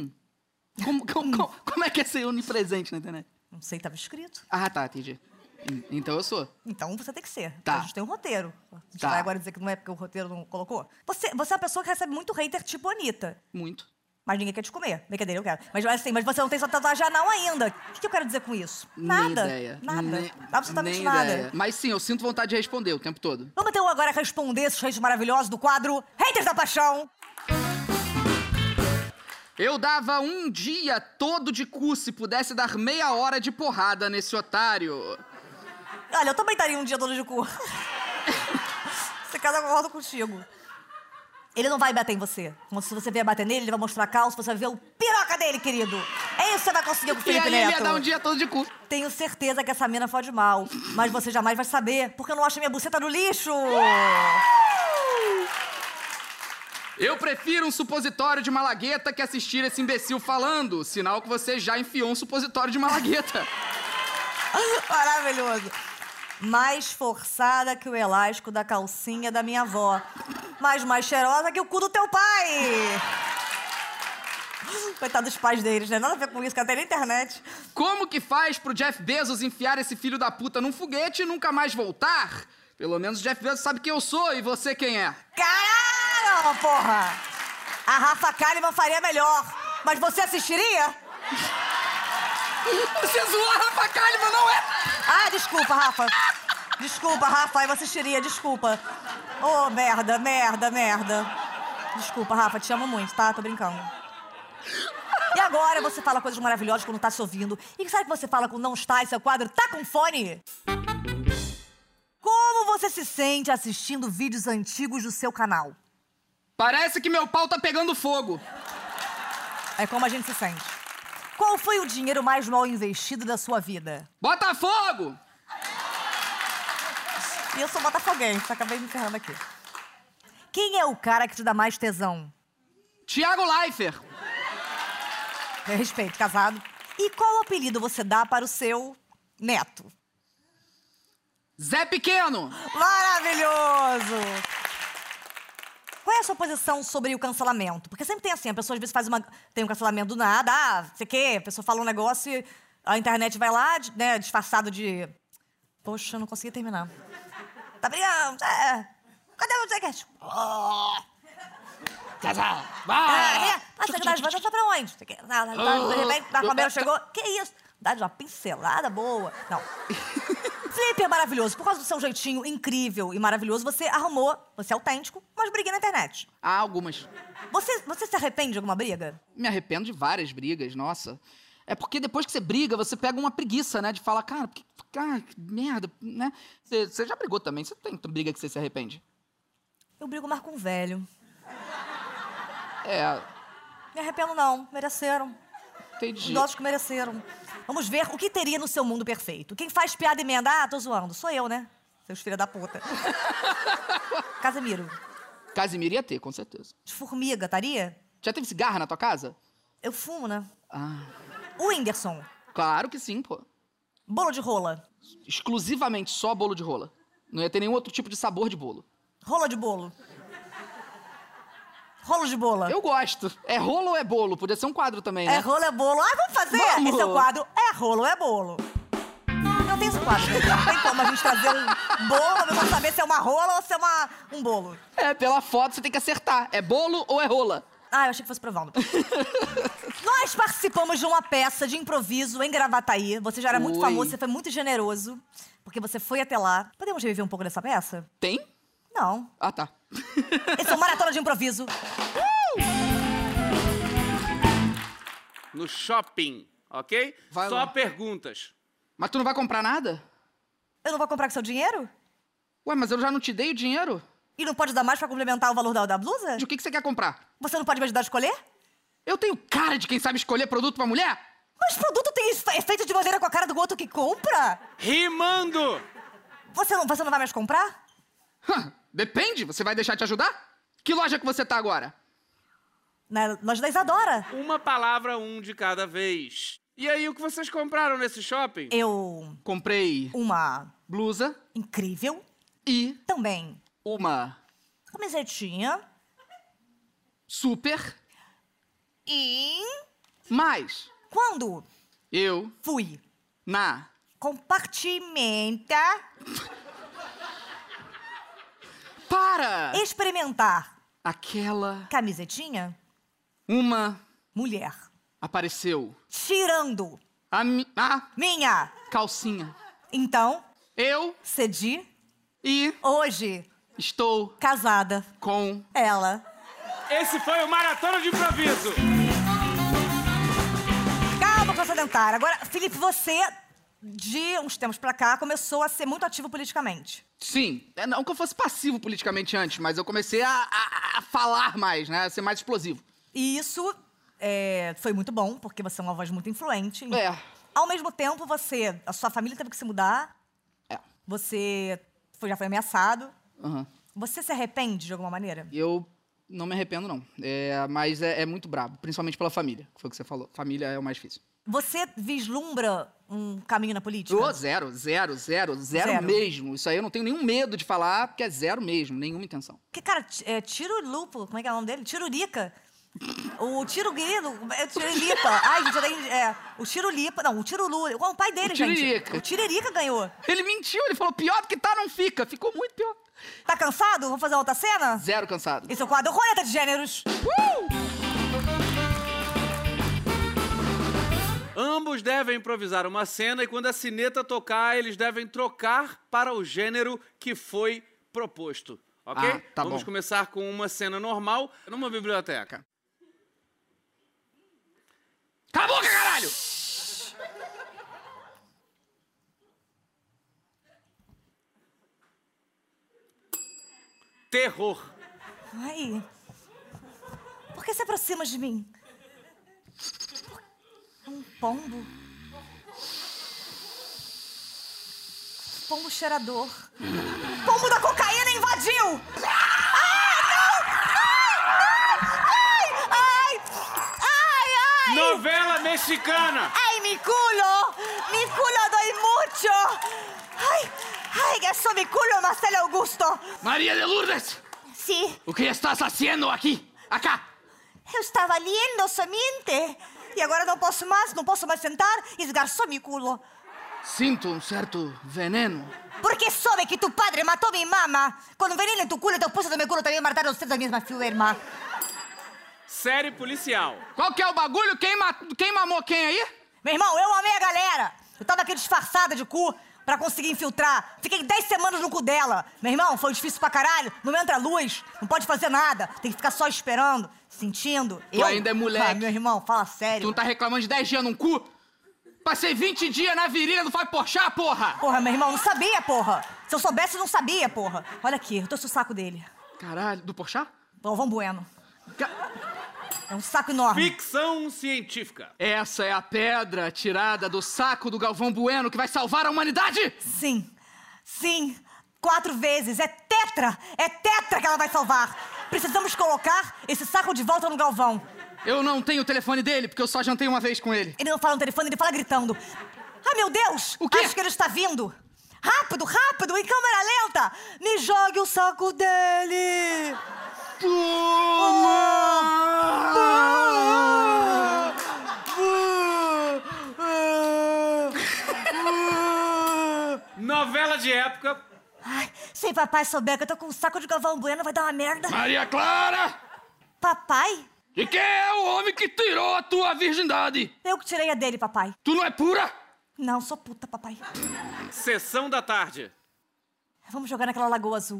B: Como é que é ser onipresente na internet?
A: Não sei, estava escrito.
B: Ah, tá, entendi. Então eu sou.
A: Então você tem que ser.
B: Tá.
A: A gente tem um roteiro. A gente
B: Tá.
A: vai agora dizer que não é porque o roteiro não colocou. Você é uma pessoa que recebe muito hater tipo Anitta.
B: Muito.
A: Mas ninguém quer te comer. Brincadeira, eu quero. Mas assim, mas você não tem sua tatuagem anal ainda. O que eu quero dizer com isso? Nada.
B: Nem ideia.
A: Nada. Absolutamente
B: nem
A: nada.
B: Ideia. Mas sim, eu sinto vontade de responder o tempo todo.
A: Vamos então agora responder esses haters maravilhosos do quadro Haters da Paixão.
B: Eu dava um dia todo de cu se pudesse dar meia hora de porrada nesse otário.
A: Olha, eu também daria um dia todo de cu. Esse cara eu concordo contigo. Ele não vai bater em você. Se você vier bater nele, ele vai mostrar a calça, você vai ver o piroca dele, querido. É isso que você vai conseguir com o Felipe
B: E aí
A: Neto.
B: ele ia dar um dia todo de cu.
A: Tenho certeza que essa mina fode mal. Mas você jamais vai saber, porque eu não acho minha buceta no lixo.
B: Eu prefiro um supositório de malagueta que assistir esse imbecil falando. Sinal que você já enfiou um supositório de malagueta.
A: Maravilhoso. Mais forçada que o elástico da calcinha da minha avó. Mas mais cheirosa que o cu do teu pai. Coitado dos pais deles, né? Nada a ver com isso, que até na internet.
B: Como que faz pro Jeff Bezos enfiar esse filho da puta num foguete e nunca mais voltar? Pelo menos o Jeff Bezos sabe quem eu sou e você quem é.
A: Caralho, porra! A Rafa Kalimann faria melhor. Mas você assistiria?
B: Você zoou a Rafa Kalimann, não é?
A: Ah, desculpa, Rafa. Desculpa, Rafa, eu assistiria, desculpa. Oh, merda. Desculpa, Rafa, te amo muito, tá? Tô brincando. E agora você fala coisas maravilhosas quando tá se ouvindo. E sabe que você fala quando não está e seu quadro tá com fone? Como você se sente assistindo vídeos antigos do seu canal?
B: Parece que meu pau tá pegando fogo.
A: É como a gente se sente. Qual foi o dinheiro mais mal investido da sua vida?
B: Botafogo!
A: E eu sou botafoguense, acabei me ferrando aqui. Quem é o cara que te dá mais tesão?
B: Thiago Leifert.
A: Respeito, casado. E qual apelido você dá para o seu neto?
B: Zé Pequeno.
A: Maravilhoso! Qual é a sua posição sobre o cancelamento? Porque sempre tem assim, a pessoa às vezes tem um cancelamento do nada, sei o quê, a pessoa fala um negócio e a internet vai lá, né, disfarçado de... Poxa, eu não consegui terminar. Tá brigando? Cadê o Zequete?
B: Casal.
A: Sacanagem, vai pra onde? De repente, a Camila chegou. Que isso? Dá uma pincelada boa. Não. Felipe é maravilhoso. Por causa do seu jeitinho incrível e maravilhoso, você é autêntico, mas briga na internet.
B: Ah, algumas.
A: Você se arrepende de alguma briga?
B: Me arrependo de várias brigas, nossa. É porque depois que você briga, você pega uma preguiça, né? De falar, cara, que merda, né? Você já brigou também, você tem briga que você se arrepende?
A: Eu brigo mais com um velho.
B: É,
A: Me arrependo não, mereceram.
B: entendi.
A: Idosos que mereceram. Vamos ver o que teria no seu mundo perfeito. Quem faz piada e emenda? Ah, tô zoando. Sou eu, né? Seus filhos da puta. Casemiro.
B: Casimiro ia ter, com certeza.
A: De formiga, estaria?
B: Já teve cigarra na tua casa?
A: Eu fumo, né?
B: Ah,
A: O Whindersson.
B: claro que sim, pô.
A: Bolo de rola.
B: Exclusivamente só bolo de rola. Não ia ter nenhum outro tipo de sabor de bolo.
A: Rola de bolo. Rolo de bola.
B: Eu gosto. É rolo ou é bolo? Podia ser um quadro também, né?
A: É rolo, é bolo. Ah, vamos fazer?
B: Vamos.
A: Esse é o quadro. É rolo, é bolo. Não tem esse quadro. Não tem como a gente trazer um bolo, vamos saber se é uma rola ou se é um bolo.
B: É, pela foto você tem que acertar. É bolo ou é rola?
A: Ah, eu achei que fosse provando. Nós participamos de uma peça de improviso em Gravataí. Você já era muito
B: Oi.
A: famoso, você foi muito generoso, porque você foi até lá. Podemos reviver um pouco dessa peça?
B: Tem?
A: Não.
B: Ah, tá.
A: Esse é o Maratona de Improviso.
C: No shopping, ok?
B: Vai
C: Só
B: lá.
C: perguntas.
B: Mas tu não vai comprar nada?
A: Eu não vou comprar com seu dinheiro?
B: Ué, mas eu já não te dei o dinheiro?
A: E não pode dar mais pra complementar o valor da blusa?
B: De o que você quer comprar?
A: Você não pode me ajudar a escolher?
B: Eu tenho cara de quem sabe escolher produto pra mulher?
A: Mas produto tem efeito de maneira com a cara do outro que compra?
C: Rimando!
A: Você não vai mais comprar?
B: Depende, você vai deixar te ajudar? Que loja que você tá agora?
A: Na loja da Isadora.
C: Uma palavra, um de cada vez. E aí, o que vocês compraram nesse shopping?
A: Eu...
B: Comprei
A: Uma
B: blusa
A: incrível.
B: e
A: Também
B: uma
A: camisetinha.
B: super.
A: E...
B: Mas
A: Quando
B: eu,
A: fui
B: na
A: compartimenta
B: para
A: experimentar
B: aquela
A: camisetinha,
B: uma
A: mulher
B: apareceu
A: tirando
B: a
A: minha.
B: calcinha.
A: Então,
B: Eu
A: cedi.
B: e
A: Hoje,
B: estou
A: casada.
B: com
A: Ela.
C: Esse foi o Maratona de Improviso.
A: Calma, professor Dentário. Agora, Felipe, você, de uns tempos pra cá, começou a ser muito ativo politicamente.
B: Sim, não que eu fosse passivo politicamente antes, mas eu comecei a falar mais, né? A ser mais explosivo.
A: E isso foi muito bom, porque você é uma voz muito influente.
B: É.
A: Ao mesmo tempo, a sua família teve que se mudar.
B: É.
A: Você já foi ameaçado.
B: Uhum.
A: Você se arrepende de alguma maneira?
B: Eu não me arrependo, não. Mas é muito brabo, principalmente pela família, que foi o que você falou. Família é o mais difícil.
A: Você vislumbra um caminho na política?
B: Zero
A: Zero.
B: mesmo. Isso aí eu não tenho nenhum medo de falar, porque é zero mesmo, nenhuma intenção.
A: Porque, cara, Tirulupo, como é que é o nome dele? Tirurica. O Tiruguino, Tirolipa. Ai, gente, o Tirulipa, não, o Tirulu. O pai dele,
B: O
A: gente.
B: Tiririca.
A: O Tiririca ganhou.
B: Ele mentiu, ele falou pior do que tá, não fica. Ficou muito pior.
A: Tá cansado? Vamos fazer outra cena?
B: Zero cansado.
A: Esse é o quadro Roleta de Gêneros.
C: Ambos devem improvisar uma cena e quando a sineta tocar, eles devem trocar para o gênero que foi proposto. Ok?
B: Ah, tá
C: Vamos
B: bom.
C: começar com uma cena normal numa biblioteca.
B: Cala a boca, caralho!
C: Terror.
A: Ai. Por que se aproxima de mim? É um pombo. Pombo cheirador. Pombo da cocaína invadiu!
C: Novela mexicana.
A: ¡Ay, mi culo! ¡Mi culo doy mucho! ¡Ay, eso mi culo, Marcelo Augusto!
B: Maria de Lourdes!
A: Sí,
B: O que estás fazendo aqui? Acá!
A: eu estava lendo somente. E agora não posso mais sentar e esgarçou mi culo.
B: Sinto um certo veneno.
A: Porque soube que tu padre matou mi mamá. Con un veneno en tu culo y tu esposa de mi culo también mataron ustedes a misma firma.
C: Série policial.
B: Qual que é o bagulho? Quem mamou quem aí?
A: Meu irmão, eu amei a galera. Eu tava aqui disfarçada de cu pra conseguir infiltrar. Fiquei 10 semanas no cu dela. Meu irmão, foi difícil pra caralho. Não entra luz, não pode fazer nada. Tem que ficar só esperando, sentindo.
B: Tu ainda é moleque.
A: Ah, meu irmão, fala
B: Tu
A: sério.
B: não tá reclamando de 10 dias num cu? Passei 20 dias na virilha do Fábio Porchat, porra!
A: Porra, meu irmão, não sabia, porra. Se eu soubesse, eu não sabia, porra. Olha aqui, eu trouxe o saco dele.
B: Caralho, do Porchat?
A: Galvão Bueno. É um saco enorme.
C: Ficção científica.
B: Essa é a pedra tirada do saco do Galvão Bueno que vai salvar a humanidade!
A: Sim. 4 vezes. É tetra que ela vai salvar. Precisamos colocar esse saco de volta no Galvão.
B: Eu não tenho o telefone dele, porque eu só jantei uma vez com ele.
A: Ele não fala no telefone, ele fala gritando. Ai, meu Deus!
B: O quê?
A: Acho que ele está vindo. Rápido, em câmera lenta. Me jogue o saco dele.
C: Novela de época.
A: Ai, se papai souber que eu tô com um saco de Galvão Bueno, vai dar uma merda.
B: Maria Clara!
A: Papai?
B: E quem é o homem que tirou a tua virgindade?
A: Eu que tirei a dele, papai.
B: Tu não é pura?
A: Não, sou puta, papai.
C: Sessão da tarde.
A: Vamos jogar naquela Lagoa Azul.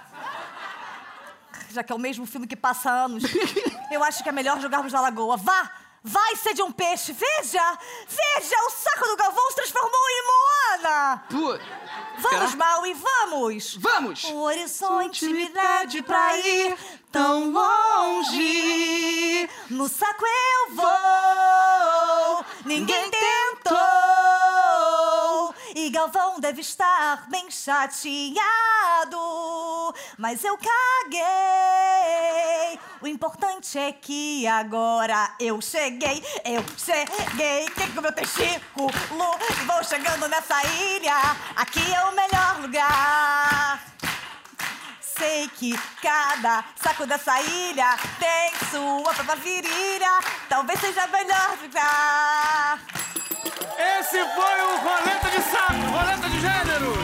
A: Já que é o mesmo filme que passa há anos, eu acho que é melhor jogarmos na Lagoa. Vai ser de um peixe. Veja, o saco do Galvão se transformou em Moana.
B: Pô.
A: Vamos, Maui, vamos.
B: Vamos!
A: O horizonte me pede pra ir tão longe. No saco eu vou, ninguém tentou. E Galvão deve estar bem chateado, mas eu caguei. O importante é que agora eu cheguei. Que com meu testículo vou chegando nessa ilha. Aqui é o melhor lugar. Sei que cada saco dessa ilha tem sua própria virilha. Talvez seja melhor ficar.
C: Esse foi o Roleta de Saco, Roleta de Gêneros.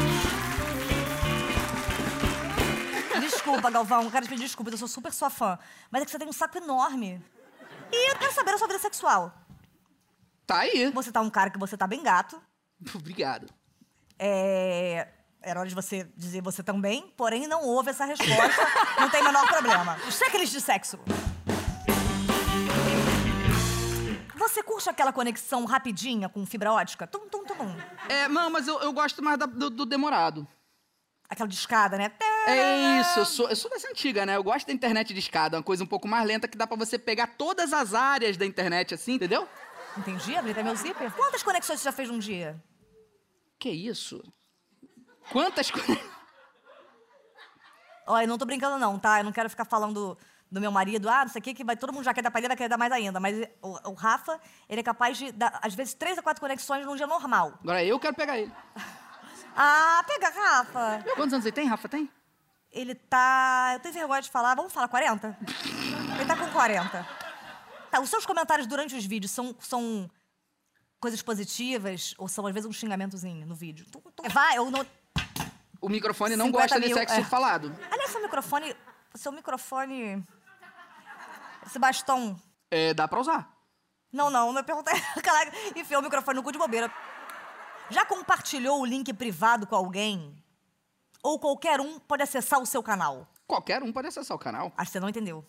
A: Desculpa, Galvão, quero te pedir desculpa, eu sou super sua fã. Mas é que você tem um saco enorme. E eu quero saber da sua vida sexual.
B: Tá aí.
A: Você tá um cara que você tá bem gato.
B: Obrigado.
A: Era hora de você dizer você também, porém não houve essa resposta, não tem o menor problema. Os checklists de sexo. Você curte aquela conexão rapidinha com fibra ótica? Tum, tum, tum, tum.
B: Não, mas eu gosto mais do demorado.
A: Aquela de escada, né?
B: É isso, eu sou dessa antiga, né? Eu gosto da internet de escada, uma coisa um pouco mais lenta que dá pra você pegar todas as áreas da internet, assim, entendeu?
A: Entendi, abri até meu zíper. Quantas conexões você já fez num dia?
B: Que isso? Quantas coisas?
A: Olha, eu não tô brincando não, tá? Eu não quero ficar falando do meu marido, não sei o que vai todo mundo já quer dar pra ele, vai querer dar mais ainda. Mas o Rafa, ele é capaz de dar, às vezes, 3 a 4 conexões num dia normal.
B: Agora eu quero pegar ele.
A: Pega, Rafa.
B: Quantos anos ele tem, Rafa? Tem?
A: Ele tá... Eu tenho vergonha de falar, vamos falar 40? Ele tá com 40. Tá, os seus comentários durante os vídeos são coisas positivas ou são, às vezes, um xingamentozinho no vídeo? Vai, ou não...
B: O microfone não gosta de sexo falado.
A: Aliás, seu microfone... Esse bastão...
B: Dá pra usar.
A: Não, minha pergunta é... Enfiou o microfone no cu de bobeira. Já compartilhou o link privado com alguém? Ou qualquer um pode acessar o seu canal?
B: Qualquer um pode acessar o canal.
A: Acho que você não entendeu.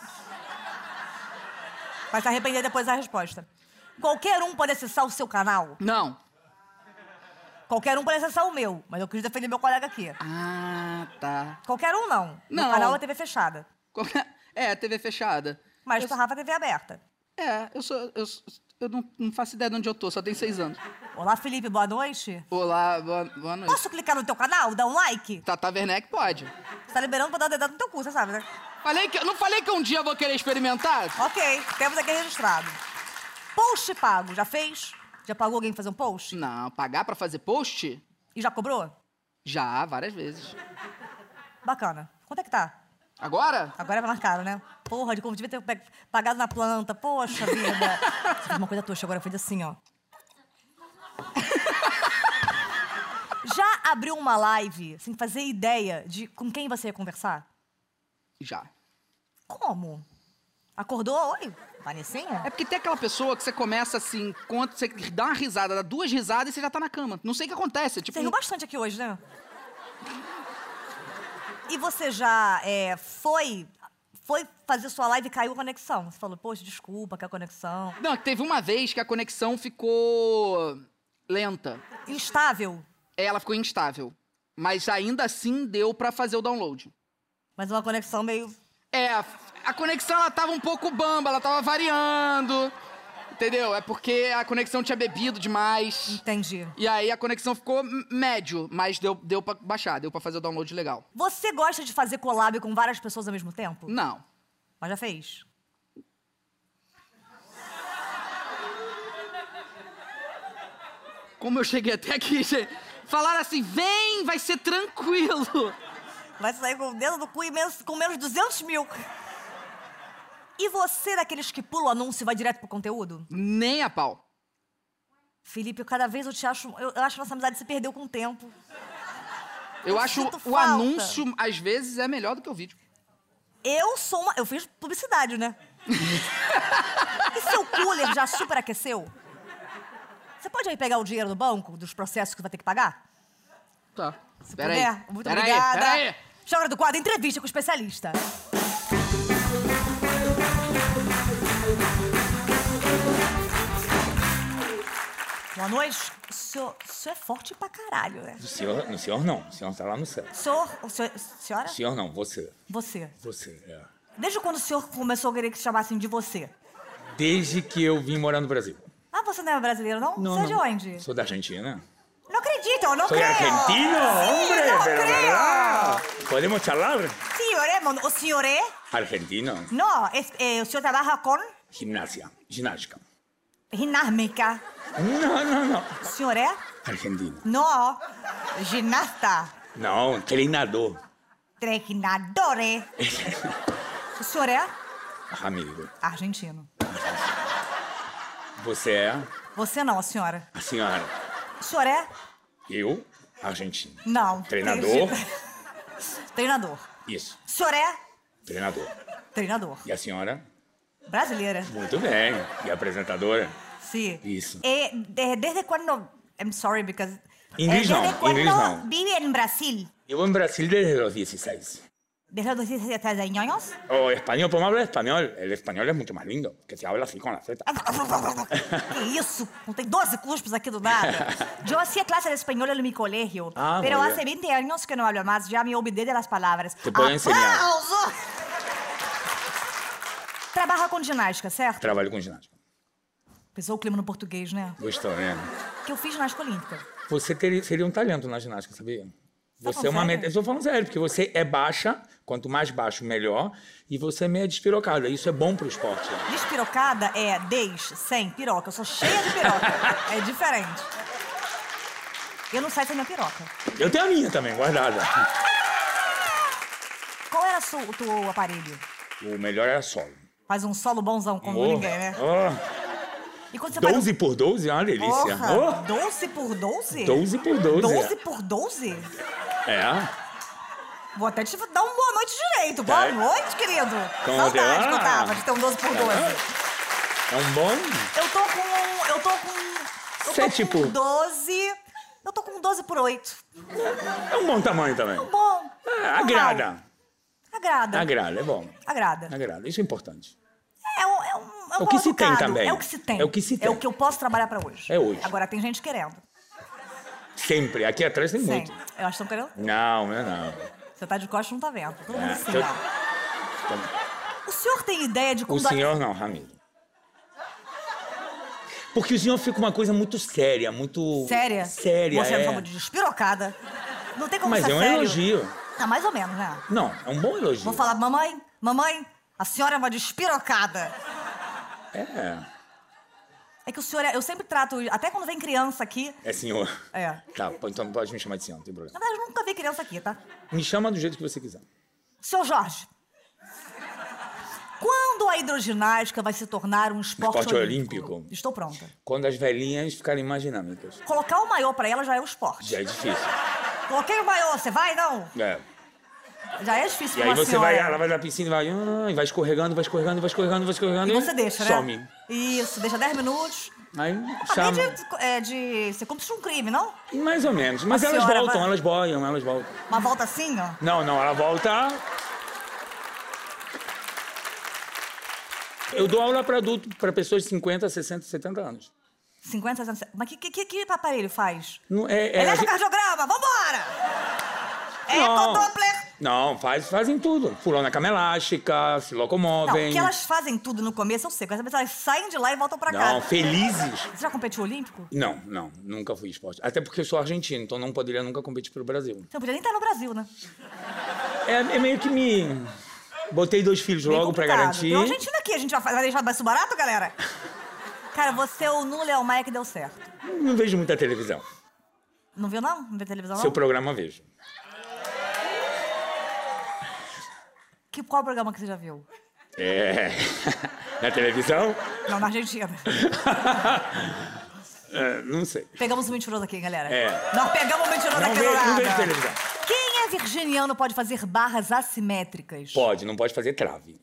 A: Vai se arrepender depois da resposta. Qualquer um pode acessar o seu canal?
B: Não.
A: Qualquer um pode acessar o meu, mas eu quis defender meu colega aqui.
B: Tá.
A: Qualquer um não.
B: Não.
A: O canal é TV fechada.
B: TV fechada.
A: Mas pra Rafa, TV aberta.
B: Eu não faço ideia de onde eu tô, só tenho 6 anos.
A: Olá, Felipe, boa noite.
B: Olá, boa noite.
A: Posso clicar no teu canal, dar um like?
B: Tata Werneck pode.
A: Você tá liberando pra dar dedada no teu cu, você sabe, né?
B: Não falei que um dia eu vou querer experimentar?
A: Ok, temos aqui registrado. Post pago, já fez? Já pagou alguém pra fazer um post?
B: Não, pagar pra fazer post?
A: E já cobrou?
B: Já, várias vezes.
A: Bacana. Quanto é que tá?
B: Agora?
A: Agora é mais caro, né? Porra, de como devia ter pagado na planta. Poxa vida. Você fez uma coisa toxa, agora fez assim, ó. Já abriu uma live sem fazer ideia de com quem você ia conversar?
B: Já.
A: Como? Acordou? Oi, Vanessinha?
B: É porque tem aquela pessoa que você começa assim, você dá uma risada, dá 2 risadas e você já tá na cama. Não sei o que acontece. Tipo...
A: Você riu bastante aqui hoje, né? E você já foi fazer sua live e caiu a conexão? Você falou, poxa, desculpa, que a conexão...
B: Não, teve uma vez que a conexão ficou lenta.
A: Instável?
B: Ela ficou instável. Mas ainda assim deu pra fazer o download.
A: Mas uma conexão meio...
B: A conexão ela tava um pouco bamba, ela tava variando. Entendeu? É porque a conexão tinha bebido demais.
A: Entendi.
B: E aí a conexão ficou médio, mas deu pra baixar, deu pra fazer o download legal.
A: Você gosta de fazer collab com várias pessoas ao mesmo tempo?
B: Não.
A: Mas já fez?
B: Como eu cheguei até aqui, gente. Falaram assim, vem, vai ser tranquilo.
A: Vai sair com o dedo do cu e com menos 200 mil. E você, daqueles que pula o anúncio e vai direto pro conteúdo?
B: Nem a pau.
A: Felipe, cada vez eu te acho... Eu acho que nossa amizade se perdeu com o tempo.
B: Eu acho o anúncio, às vezes, é melhor do que o vídeo.
A: Eu fiz publicidade, né? E seu cooler já superaqueceu? Você pode aí pegar o dinheiro do banco, dos processos que você vai ter que pagar?
B: Tá.
A: Se puder. Muito obrigada.
B: Pera aí.
A: Chega do quadro Entrevista com o Especialista. Boa noite. O senhor é forte pra caralho, né?
D: O senhor não. O senhor tá lá no céu.
A: Senhora?
D: O senhor não, você.
A: Você.
D: Você, é.
A: Desde quando o senhor começou a querer que se chamassem de você?
D: Desde que eu vim morar no Brasil.
A: Ah, você não é brasileiro, não? Você é de onde?
D: Sou da Argentina.
A: Não acredito, acredito, no
D: Soy
A: creo.
D: argentino,
A: Sí,
D: hombre,
A: no
D: pero
A: creo.
D: verdad. ¿Podemos charlar?
A: Sí, oremos. ¿O señor é?
D: Argentino.
A: No, o senhor trabaja con
D: Gimnasia. Ginástica.
A: ginástica.
D: No.
A: O senhor é?
D: Argentino.
A: No, ginasta.
D: No, treinador.
A: Treinador. O senhor é?
D: Amigo.
A: Argentino.
D: Você é
A: Você não, a senhora.
D: a senhora.
A: O senhor é?
D: Eu, argentino.
A: Não.
D: Treinador.
A: Treinador.
D: Isso.
A: O senhor é?
D: Treinador.
A: Treinador.
D: E a senhora?
A: Brasileira.
D: Muito bem. E a apresentadora?
A: Sí.
D: Isso.
A: ¿Desde cuándo? I'm sorry, because...
D: Inglés no,
A: ¿Desde cuándo
D: inglés no.
A: vive en Brasil?
D: Vivo en Brasil desde los 16.
A: ¿Desde los 17 años?
D: O español, podemos hablar español. El español es mucho más lindo, que se habla así con la Z.
A: Que isso? Não tem 12 cuspos aqui do nada. Yo hacía clase de español en mi colegio, pero
D: muy
A: hace 20 años que no hablo más, ya me olvidé de las palabras.
D: Te puedo enseñar.
A: ¡Aplauso! Trabalha com ginástica, certo?
D: Trabalho com ginástica.
A: Pensou o clima no português, né?
D: Gostou, né?
A: Que eu fiz ginástica olímpica.
D: Você seria um talento na ginástica, sabia? Você é uma
A: sério?
D: meta. Eu estou falando sério, porque você é baixa, quanto mais baixo, melhor, e você é meio despirocada. Isso é bom pro esporte.
A: Despirocada é sem piroca. Eu sou cheia de piroca. É diferente. Eu não saio sem minha piroca.
D: Eu tenho a minha também, guardada.
A: Qual era o teu aparelho?
D: O melhor era solo.
A: Faz um solo bonzão como ninguém, né? E quando você
D: 12 por 12 é uma delícia.
A: Porra, 12 por 12?
D: 12 por 12.
A: 12 por 12?
D: É.
A: Vou até te dar uma boa noite direito. Boa noite, querido.
D: Como
A: Saudade
D: te
A: que eu
D: va?
A: tava de ter um 12 por 12.
D: É um bom?
A: Eu tô com
D: 7 por
A: 12. Eu tô com 12 por 8.
D: É um bom tamanho também.
A: Bom.
D: É, agrada.
A: Agrada.
D: Agrada, é bom.
A: Agrada.
D: Agrada. Isso é importante.
A: É
D: o que se tem também.
A: É o que se tem.
D: É o que se tem.
A: É o que eu posso trabalhar pra hoje.
D: É hoje.
A: Agora tem gente querendo.
D: Sempre. Aqui atrás tem
A: Sim.
D: muito.
A: Eu acho que estão querendo.
D: Não, não.
A: Você tá de costas, não tá vendo. Todo mundo assim,
D: eu-
A: ó. O senhor tem ideia de
D: O
A: quando...
D: senhor não, Ramiro. Porque o senhor fica uma coisa muito séria, muito...
A: Séria?
D: Séria,
A: Você
D: é.
A: me chamou de despirocada. Não tem como
D: Mas
A: ser
D: é um
A: sério.
D: elogio.
A: Ah, mais ou menos, né?
D: Não, é um bom elogio.
A: Vou falar, mamãe, a senhora é uma despirocada. É que o senhor eu sempre trato, até quando vem criança aqui...
D: É senhor.
A: É.
D: Tá, então pode me chamar de senhor, não tem problema.
A: Na verdade, eu nunca vi criança aqui, tá?
D: Me chama do jeito que você quiser.
A: Seu Jorge, quando a hidroginástica vai se tornar um esporte
D: olímpico?
A: Estou pronta.
D: Quando as velhinhas ficarem mais dinâmicas.
A: Colocar o maiô pra ela já é o esporte.
D: Já é difícil.
A: Coloquei o maiô, você vai, não?
D: É.
A: Já é difícil
D: E
A: pra
D: aí
A: uma
D: você
A: senhora.
D: vai, ela vai na piscina e vai escorregando, vai escorregando, vai escorregando, vai escorregando.
A: E você deixa, né?
D: Some.
A: Isso, deixa 10 minutos.
D: Aí
A: Além
D: chama.
A: Você cumpre um crime, não?
D: Mais ou menos. Mas
A: A
D: elas
A: senhora
D: voltam,
A: vai-
D: elas boiam, elas voltam.
A: Uma volta assim, ó.
D: Não, ela volta. Eu dou aula para adulto, para pessoas de 50, 60, 70 anos.
A: 50, 60... Mas que aparelho faz?
D: Não,
A: Eletrocardiograma, vambora!
D: Não.
A: Ecodoppler!
D: Não, fazem tudo. Pulam na cama elástica, se
A: Não,
D: locomovem.
A: que elas fazem tudo no começo, eu sei. Quero saber se elas saem de lá e voltam pra
D: Não,
A: casa.
D: felizes.
A: Você já competiu olímpico?
D: Não, nunca fui esporte. Até porque eu sou argentino, então não poderia nunca competir pelo Brasil.
A: Você não podia nem estar no Brasil, né?
D: É meio que me... Botei 2 filhos
A: Bem
D: logo pra
A: complicado.
D: garantir.
A: Tem um argentino aqui, a gente vai deixar mais barato, galera? Cara, você é o Nuno Leão Maia que deu certo.
D: Não vejo muita televisão.
A: Não viu, não? Não vê televisão,
D: Seu
A: não?
D: programa vejo.
A: Qual programa que você já viu?
D: Na televisão?
A: Não, na Argentina.
D: Não sei.
A: Pegamos um mentiroso aqui, galera.
D: É.
A: Nós pegamos um mentiroso
D: Não
A: aqui
D: vejo,
A: do
D: não
A: nada.
D: vejo televisão.
A: Quem é virginiano pode fazer barras assimétricas?
D: Pode, não pode fazer trave.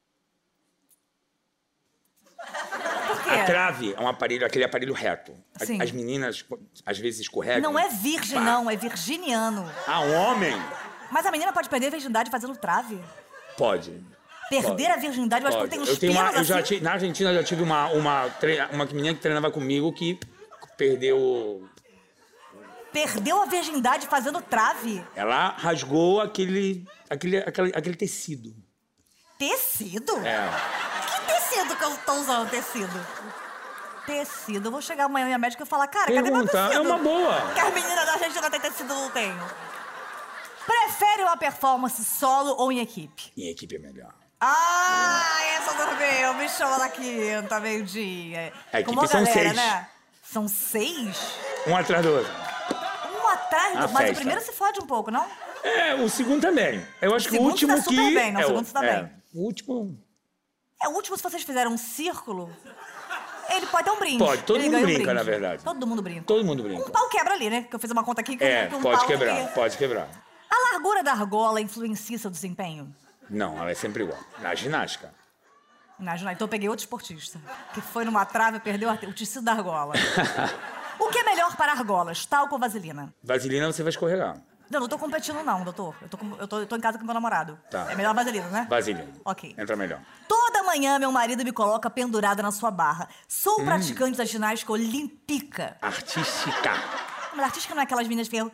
A: Por quê?
D: A trave é um aparelho, aquele aparelho reto.
A: Sim.
D: As meninas, às vezes, escorregam.
A: Não é virgem, não. É virginiano.
D: Ah, um homem?
A: Mas a menina pode perder a virgindade fazendo trave.
D: Pode.
A: Perder
D: Pode.
A: a virgindade, eu acho que
D: Pode.
A: tem uns
D: Eu tenho
A: pinos assim.
D: na Argentina eu já tive uma menina que treinava comigo que perdeu...
A: Perdeu a virgindade fazendo trave.
D: Ela rasgou aquele tecido.
A: Tecido?
D: É.
A: Que tecido que eu tô usando, tecido? tecido. Eu vou chegar amanhã na minha médica e falar, cara, cadê meu tecido?
D: É uma boa.
A: Que as meninas da Argentina têm tecido, não tenho. Prefere uma performance solo ou em equipe?
D: Em equipe é melhor.
A: Essa dormiu. Me chama na quinta, meio-dia.
D: A equipe são 6.
A: Né? São 6?
D: Um atrás do outro.
A: Um atrás do outro? Mas o primeiro se fode um pouco, não?
D: O segundo também. Eu acho que o último
A: tá super bem, não, o segundo tá bem.
D: O último...
A: O último, se vocês fizeram um círculo, ele pode dar um brinde.
D: Pode, todo mundo brinca, na verdade.
A: Todo mundo brinca.
D: Todo mundo brinca.
A: Um pau quebra ali, né? Que eu fiz uma conta aqui que um
D: pode
A: pau
D: quebrar, pode quebrar.
A: A largura da argola influencia seu desempenho?
D: Não, ela é sempre igual. Na ginástica.
A: Então eu peguei outro esportista, que foi numa trave e perdeu o tecido da argola. O que é melhor para argolas, talco ou vaselina?
D: Vaselina você vai escorregar.
A: Não tô competindo não, doutor. Eu tô em casa com meu namorado.
D: Tá.
A: É melhor vaselina, né?
D: Vaselina.
A: Ok.
D: Entra melhor.
A: Toda manhã meu marido me coloca pendurada na sua barra. Sou praticante da ginástica olímpica.
D: Artística.
A: Mas artística não é aquelas meninas que ficam...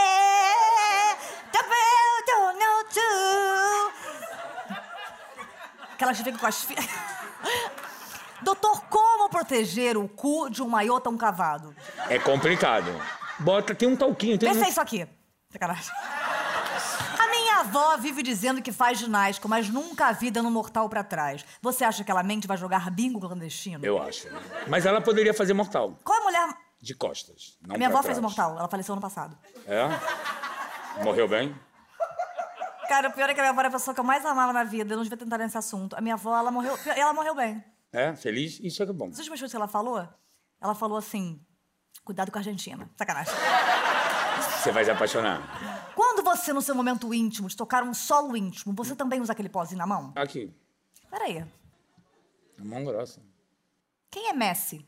A: Aquelas que ficam com as filhas... Doutor, como proteger o cu de um maiô tão cavado?
D: É complicado. Tem um talquinho.
A: Pensa isso aqui. Sacanagem. A minha avó vive dizendo que faz ginástica, mas nunca a vi dando mortal pra trás. Você acha que ela mente e vai jogar bingo clandestino?
D: Eu acho. Mas ela poderia fazer mortal.
A: Qual a mulher...
D: De costas. Não
A: a minha avó
D: trás.
A: fez mortal. Ela faleceu ano passado.
D: É? Morreu bem?
A: Cara, o pior é que a minha avó era a pessoa que eu mais amava na vida. Eu não devia tentar nesse assunto. A minha avó, ela morreu bem.
D: É? Feliz? Isso é que é bom.
A: As últimas coisas que ela falou? Ela falou assim... Cuidado com a Argentina. Sacanagem.
D: Você vai se apaixonar.
A: Quando você, no seu momento íntimo, de tocar um solo íntimo, você também usa aquele pozinho na mão?
D: Aqui.
A: Peraí.
D: A mão grossa.
A: Quem é Messi?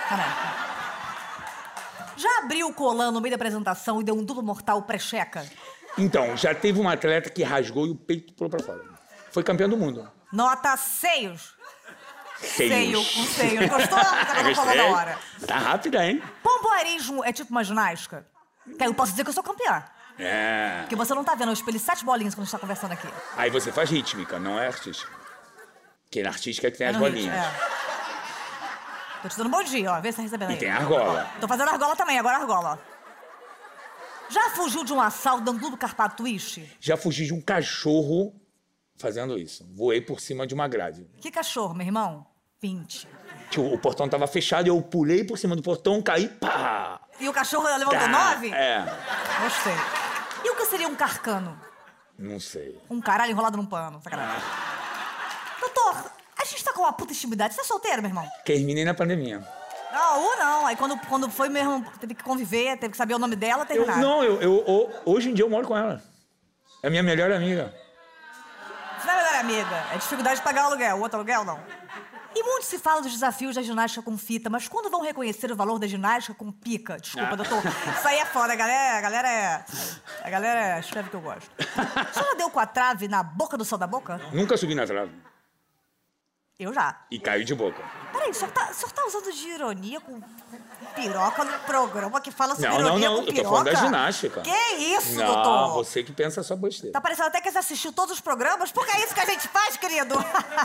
A: Já abriu o colã no meio da apresentação e deu um duplo mortal pré-checa?
D: Então, já teve uma atleta que rasgou e o peito pulou pra fora. Foi campeã do mundo.
A: Nota seios.
D: Seios.
A: Com seios. Gostou? Você falou na hora.
D: Tá rápida, hein?
A: Pompoarismo é tipo uma ginástica? Que aí eu posso dizer que eu sou campeã.
D: É.
A: Porque você não tá vendo, eu espelhei 7 bolinhas quando a gente tá conversando aqui.
D: Aí você faz rítmica, não é artística. Porque na artística é que tem as bolinhas.
A: Tô te dando um bom dia, ó. Vê se tá recebendo aí.
D: E tem a argola.
A: Tô fazendo argola também, agora argola. Já fugiu de um assalto dando duplo carpado twist?
D: Já fugi de um cachorro fazendo isso. Voei por cima de uma grade.
A: Que cachorro, meu irmão? 20.
D: O portão tava fechado e eu pulei por cima do portão, caí, pá!
A: E o cachorro levantou 9?
D: É.
A: Gostei. E o que seria um carcano?
D: Não sei.
A: Um caralho enrolado num pano. Sacanagem. Doutor, a gente tá com uma puta intimidade. Você é solteiro, meu irmão?
D: Terminei na pandemia.
A: Não. Aí quando foi mesmo, teve que conviver, teve que saber o nome dela, teve nada.
D: Hoje em dia eu moro com ela. É minha melhor amiga.
A: Você não é melhor amiga. É dificuldade de pagar o aluguel. O outro aluguel, não. E muito se fala dos desafios da ginástica com fita, mas quando vão reconhecer o valor da ginástica com pica? Desculpa, doutor. Isso aí é foda, a galera escreve o que eu gosto. Você já deu com a trave na boca do céu da boca?
D: Nunca subi na trave.
A: Eu já.
D: E caiu de boca.
A: Peraí, o senhor tá usando de ironia com piroca no programa que fala sobre ironia com piroca?
D: Eu tô falando da ginástica.
A: Que isso, doutor?
D: Não, você que pensa só besteira.
A: Tá parecendo até que você assistiu todos os programas, porque é isso que a gente faz, querido.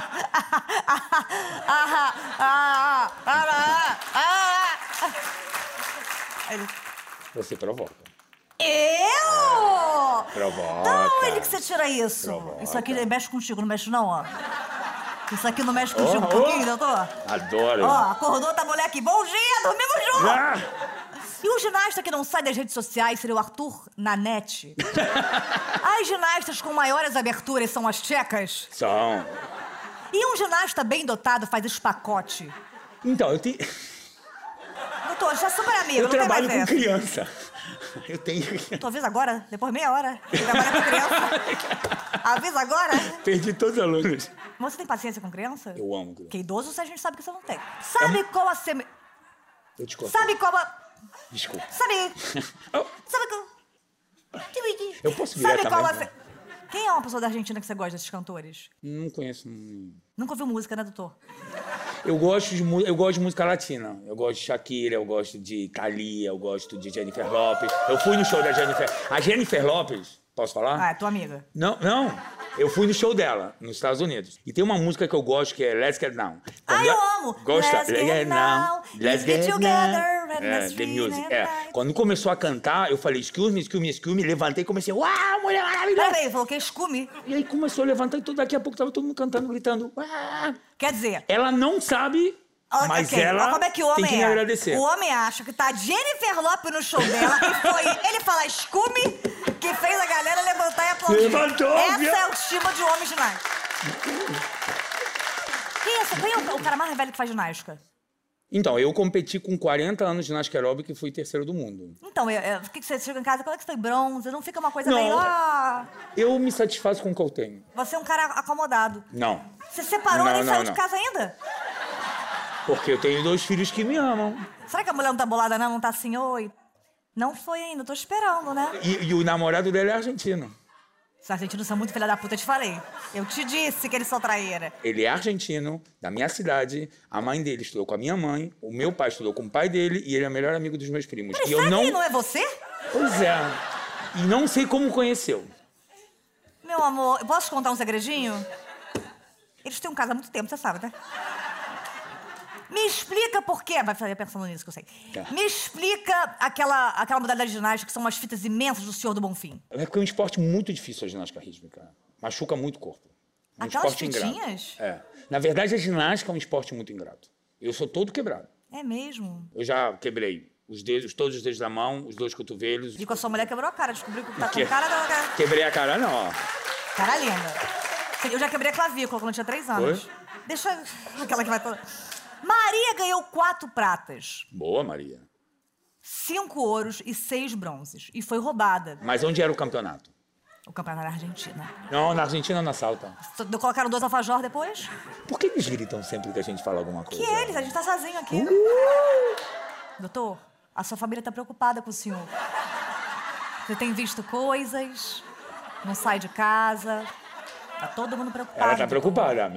D: Você provoca.
A: Eu?
D: Provoca.
A: Da onde que você tira isso?
D: Provoca.
A: Isso aqui mexe contigo, não mexe não, ó. Isso aqui não mexe contigo um pouquinho, doutor?
D: Adoro.
A: Ó, acordou, tá mulher aqui. Bom dia, dormimos junto.
D: Ah!
A: E o ginasta que não sai das redes sociais seria o Arthur Nanete? As ginastas com maiores aberturas são as tchecas?
D: São.
A: E um ginasta bem dotado faz esse pacote?
D: Então, eu tenho...
A: Doutor, já super amigo,
D: Eu
A: não tem mais
D: trabalho com
A: essa.
D: criança. Eu tenho...
A: Tu avisa agora? Depois de meia hora? Você trabalha com criança? Avisa agora?
D: Perdi todos os alunos.
A: Mas você tem paciência com criança?
D: Eu amo criança.
A: Porque idoso a gente sabe que você não tem. Sabe qual a
D: Eu te conto.
A: Sabe qual a...
D: Desculpa.
A: Sabe...
D: Oh,
A: Sabe qual...
D: eu posso virar
A: Sabe qual a...
D: também?
A: Quem é uma pessoa da Argentina que você gosta desses cantores?
D: Não conheço.
A: Nunca ouviu música, né, doutor?
D: Eu gosto de música latina. Eu gosto de Shakira, eu gosto de Thalia, eu gosto de Jennifer Lopez. Eu fui no show da Jennifer. A Jennifer Lopez, posso falar?
A: Ah, é tua amiga.
D: Não. Eu fui no show dela, nos Estados Unidos. E tem uma música que eu gosto, que é Let's Get Down.
A: Eu amo!
D: Gosta?
A: Let's Get Down,
D: Let's Get
A: Together,
D: The Music. Quando começou a cantar, eu falei, excuse me, levantei e comecei, uau, mulher maravilhosa!
A: Peraí, falou que é excuse.
D: E aí começou a levantar e daqui a pouco tava todo mundo cantando, gritando, uau!
A: Quer dizer...
D: Ela não sabe... Mas ela
A: como é que o homem
D: tem que me agradecer.
A: O homem acha que tá Jennifer Lopez no show dela e foi ele falar escume que fez a galera levantar e aplaudir.
D: Levantou,
A: essa
D: viu?
A: é a autoestima de um homem ginasta. Quem é o cara mais velho que faz ginástica?
D: Então, eu competi com 40 anos de ginástica aeróbica e fui terceiro do mundo.
A: Então, o que você chega em casa, qual é que foi bronze? Não fica uma coisa
D: Não,
A: meio...
D: eu me satisfaço com o que eu tenho.
A: Você é um cara acomodado.
D: Não.
A: Você separou e nem saiu de casa ainda?
D: Porque eu tenho 2 filhos que me amam.
A: Será que a mulher não tá bolada, não? Não tá assim, oi? Não foi ainda, tô esperando, né?
D: E o namorado dele é argentino.
A: Os argentinos são muito filha da puta, eu te falei. Eu te disse que eles são traíra.
D: Ele é argentino, da minha cidade. A mãe dele estudou com a minha mãe. O meu pai estudou com o pai dele. E ele é o melhor amigo dos meus primos.
A: Mas
D: e eu
A: sabe que não é você?
D: Pois é. E não sei como conheceu.
A: Meu amor, eu posso te contar um segredinho? Eles têm um caso há muito tempo, você sabe, né? Me explica por quê. Vai fazer pensando nisso que eu sei.
D: Tá.
A: Me explica aquela modalidade de ginástica que são umas fitas imensas do Senhor do Bonfim.
D: É porque é um esporte muito difícil a ginástica rítmica. Machuca muito o corpo. É um
A: Aquelas
D: esporte
A: fitinhas?
D: ingrato. É. Na verdade, a ginástica é um esporte muito ingrato. Eu sou todo quebrado.
A: É mesmo?
D: Eu já quebrei os dedos, todos os dedos da mão, os 2 cotovelos.
A: E com a sua mulher quebrou a cara, descobriu que tá com a cara da...
D: Quebrei a cara, não, ó.
A: Cara linda. Eu já quebrei a clavícula quando eu tinha 3 anos.
D: Foi?
A: Deixa aquela que vai toda... Maria ganhou 4 pratas.
D: Boa, Maria.
A: 5 ouros e 6 bronzes. E foi roubada.
D: Mas onde era o campeonato?
A: O campeonato na Argentina.
D: Não, na Argentina não salta.
A: Colocaram 2 alfajor depois?
D: Por que eles gritam sempre que a gente fala alguma coisa?
A: Que eles? A gente tá sozinho aqui. Doutor, a sua família tá preocupada com o senhor. Você tem visto coisas, não sai de casa. Tá todo mundo preocupado.
D: Ela tá preocupada,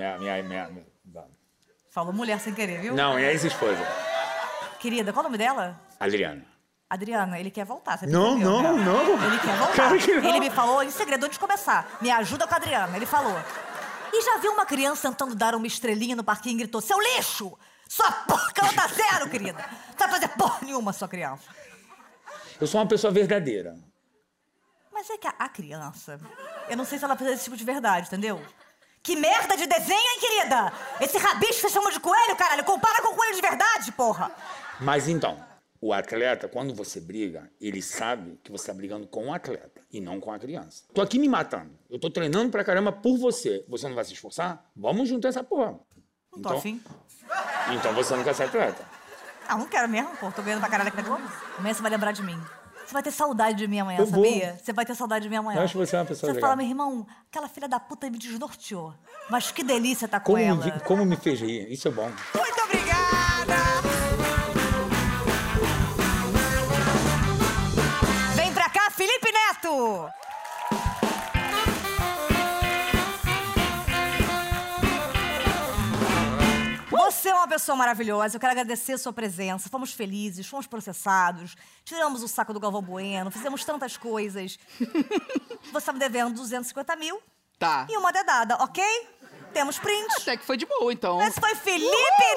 A: Falou mulher sem querer, viu?
D: Não, minha ex-esposa.
A: Querida, qual o nome dela?
D: Adriana.
A: Adriana, ele quer voltar. Você
D: Não.
A: Ele quer voltar.
D: Claro que não.
A: Ele me falou em segredo antes de começar. Me ajuda com a Adriana. Ele falou. E já viu uma criança tentando dar uma estrelinha no parquinho e gritou, seu lixo! Sua porca nota 0, querida! Não vai fazer porra nenhuma, sua criança.
D: Eu sou uma pessoa verdadeira.
A: Mas é que a criança... Eu não sei se ela precisa desse tipo de verdade, entendeu? Que merda de desenho, hein, querida? Esse rabicho que você chama de coelho, caralho. Compara com coelho de verdade, porra.
D: Mas então, o atleta, quando você briga, ele sabe que você tá brigando com o atleta e não com a criança. Tô aqui me matando. Eu tô treinando pra caramba por você. Você não vai se esforçar? Vamos juntar essa porra.
A: Não tô afim.
D: Então você não quer ser atleta?
A: Ah, não quero mesmo, pô. Tô ganhando pra caralho aqui na Globo. Amanhã você vai lembrar de mim. Você vai ter saudade de mim amanhã,
D: Eu
A: sabia?
D: vou.
A: Você vai ter saudade de mim amanhã.
D: Eu acho que você é uma pessoa
A: Você
D: legal.
A: fala, meu irmão, aquela filha da puta me desnorteou. Mas que delícia tá com ela.
D: Como me fez rir. Isso é bom.
A: Muito obrigada! Vem pra cá, Felipe Neto! Você é uma pessoa maravilhosa, eu quero agradecer a sua presença. Fomos felizes, fomos processados, tiramos o saco do Galvão Bueno, fizemos tantas coisas. Você tá me devendo 250 mil
B: Tá.
A: e uma dedada, ok? Temos print.
B: Até que foi de boa, então.
A: Esse foi Felipe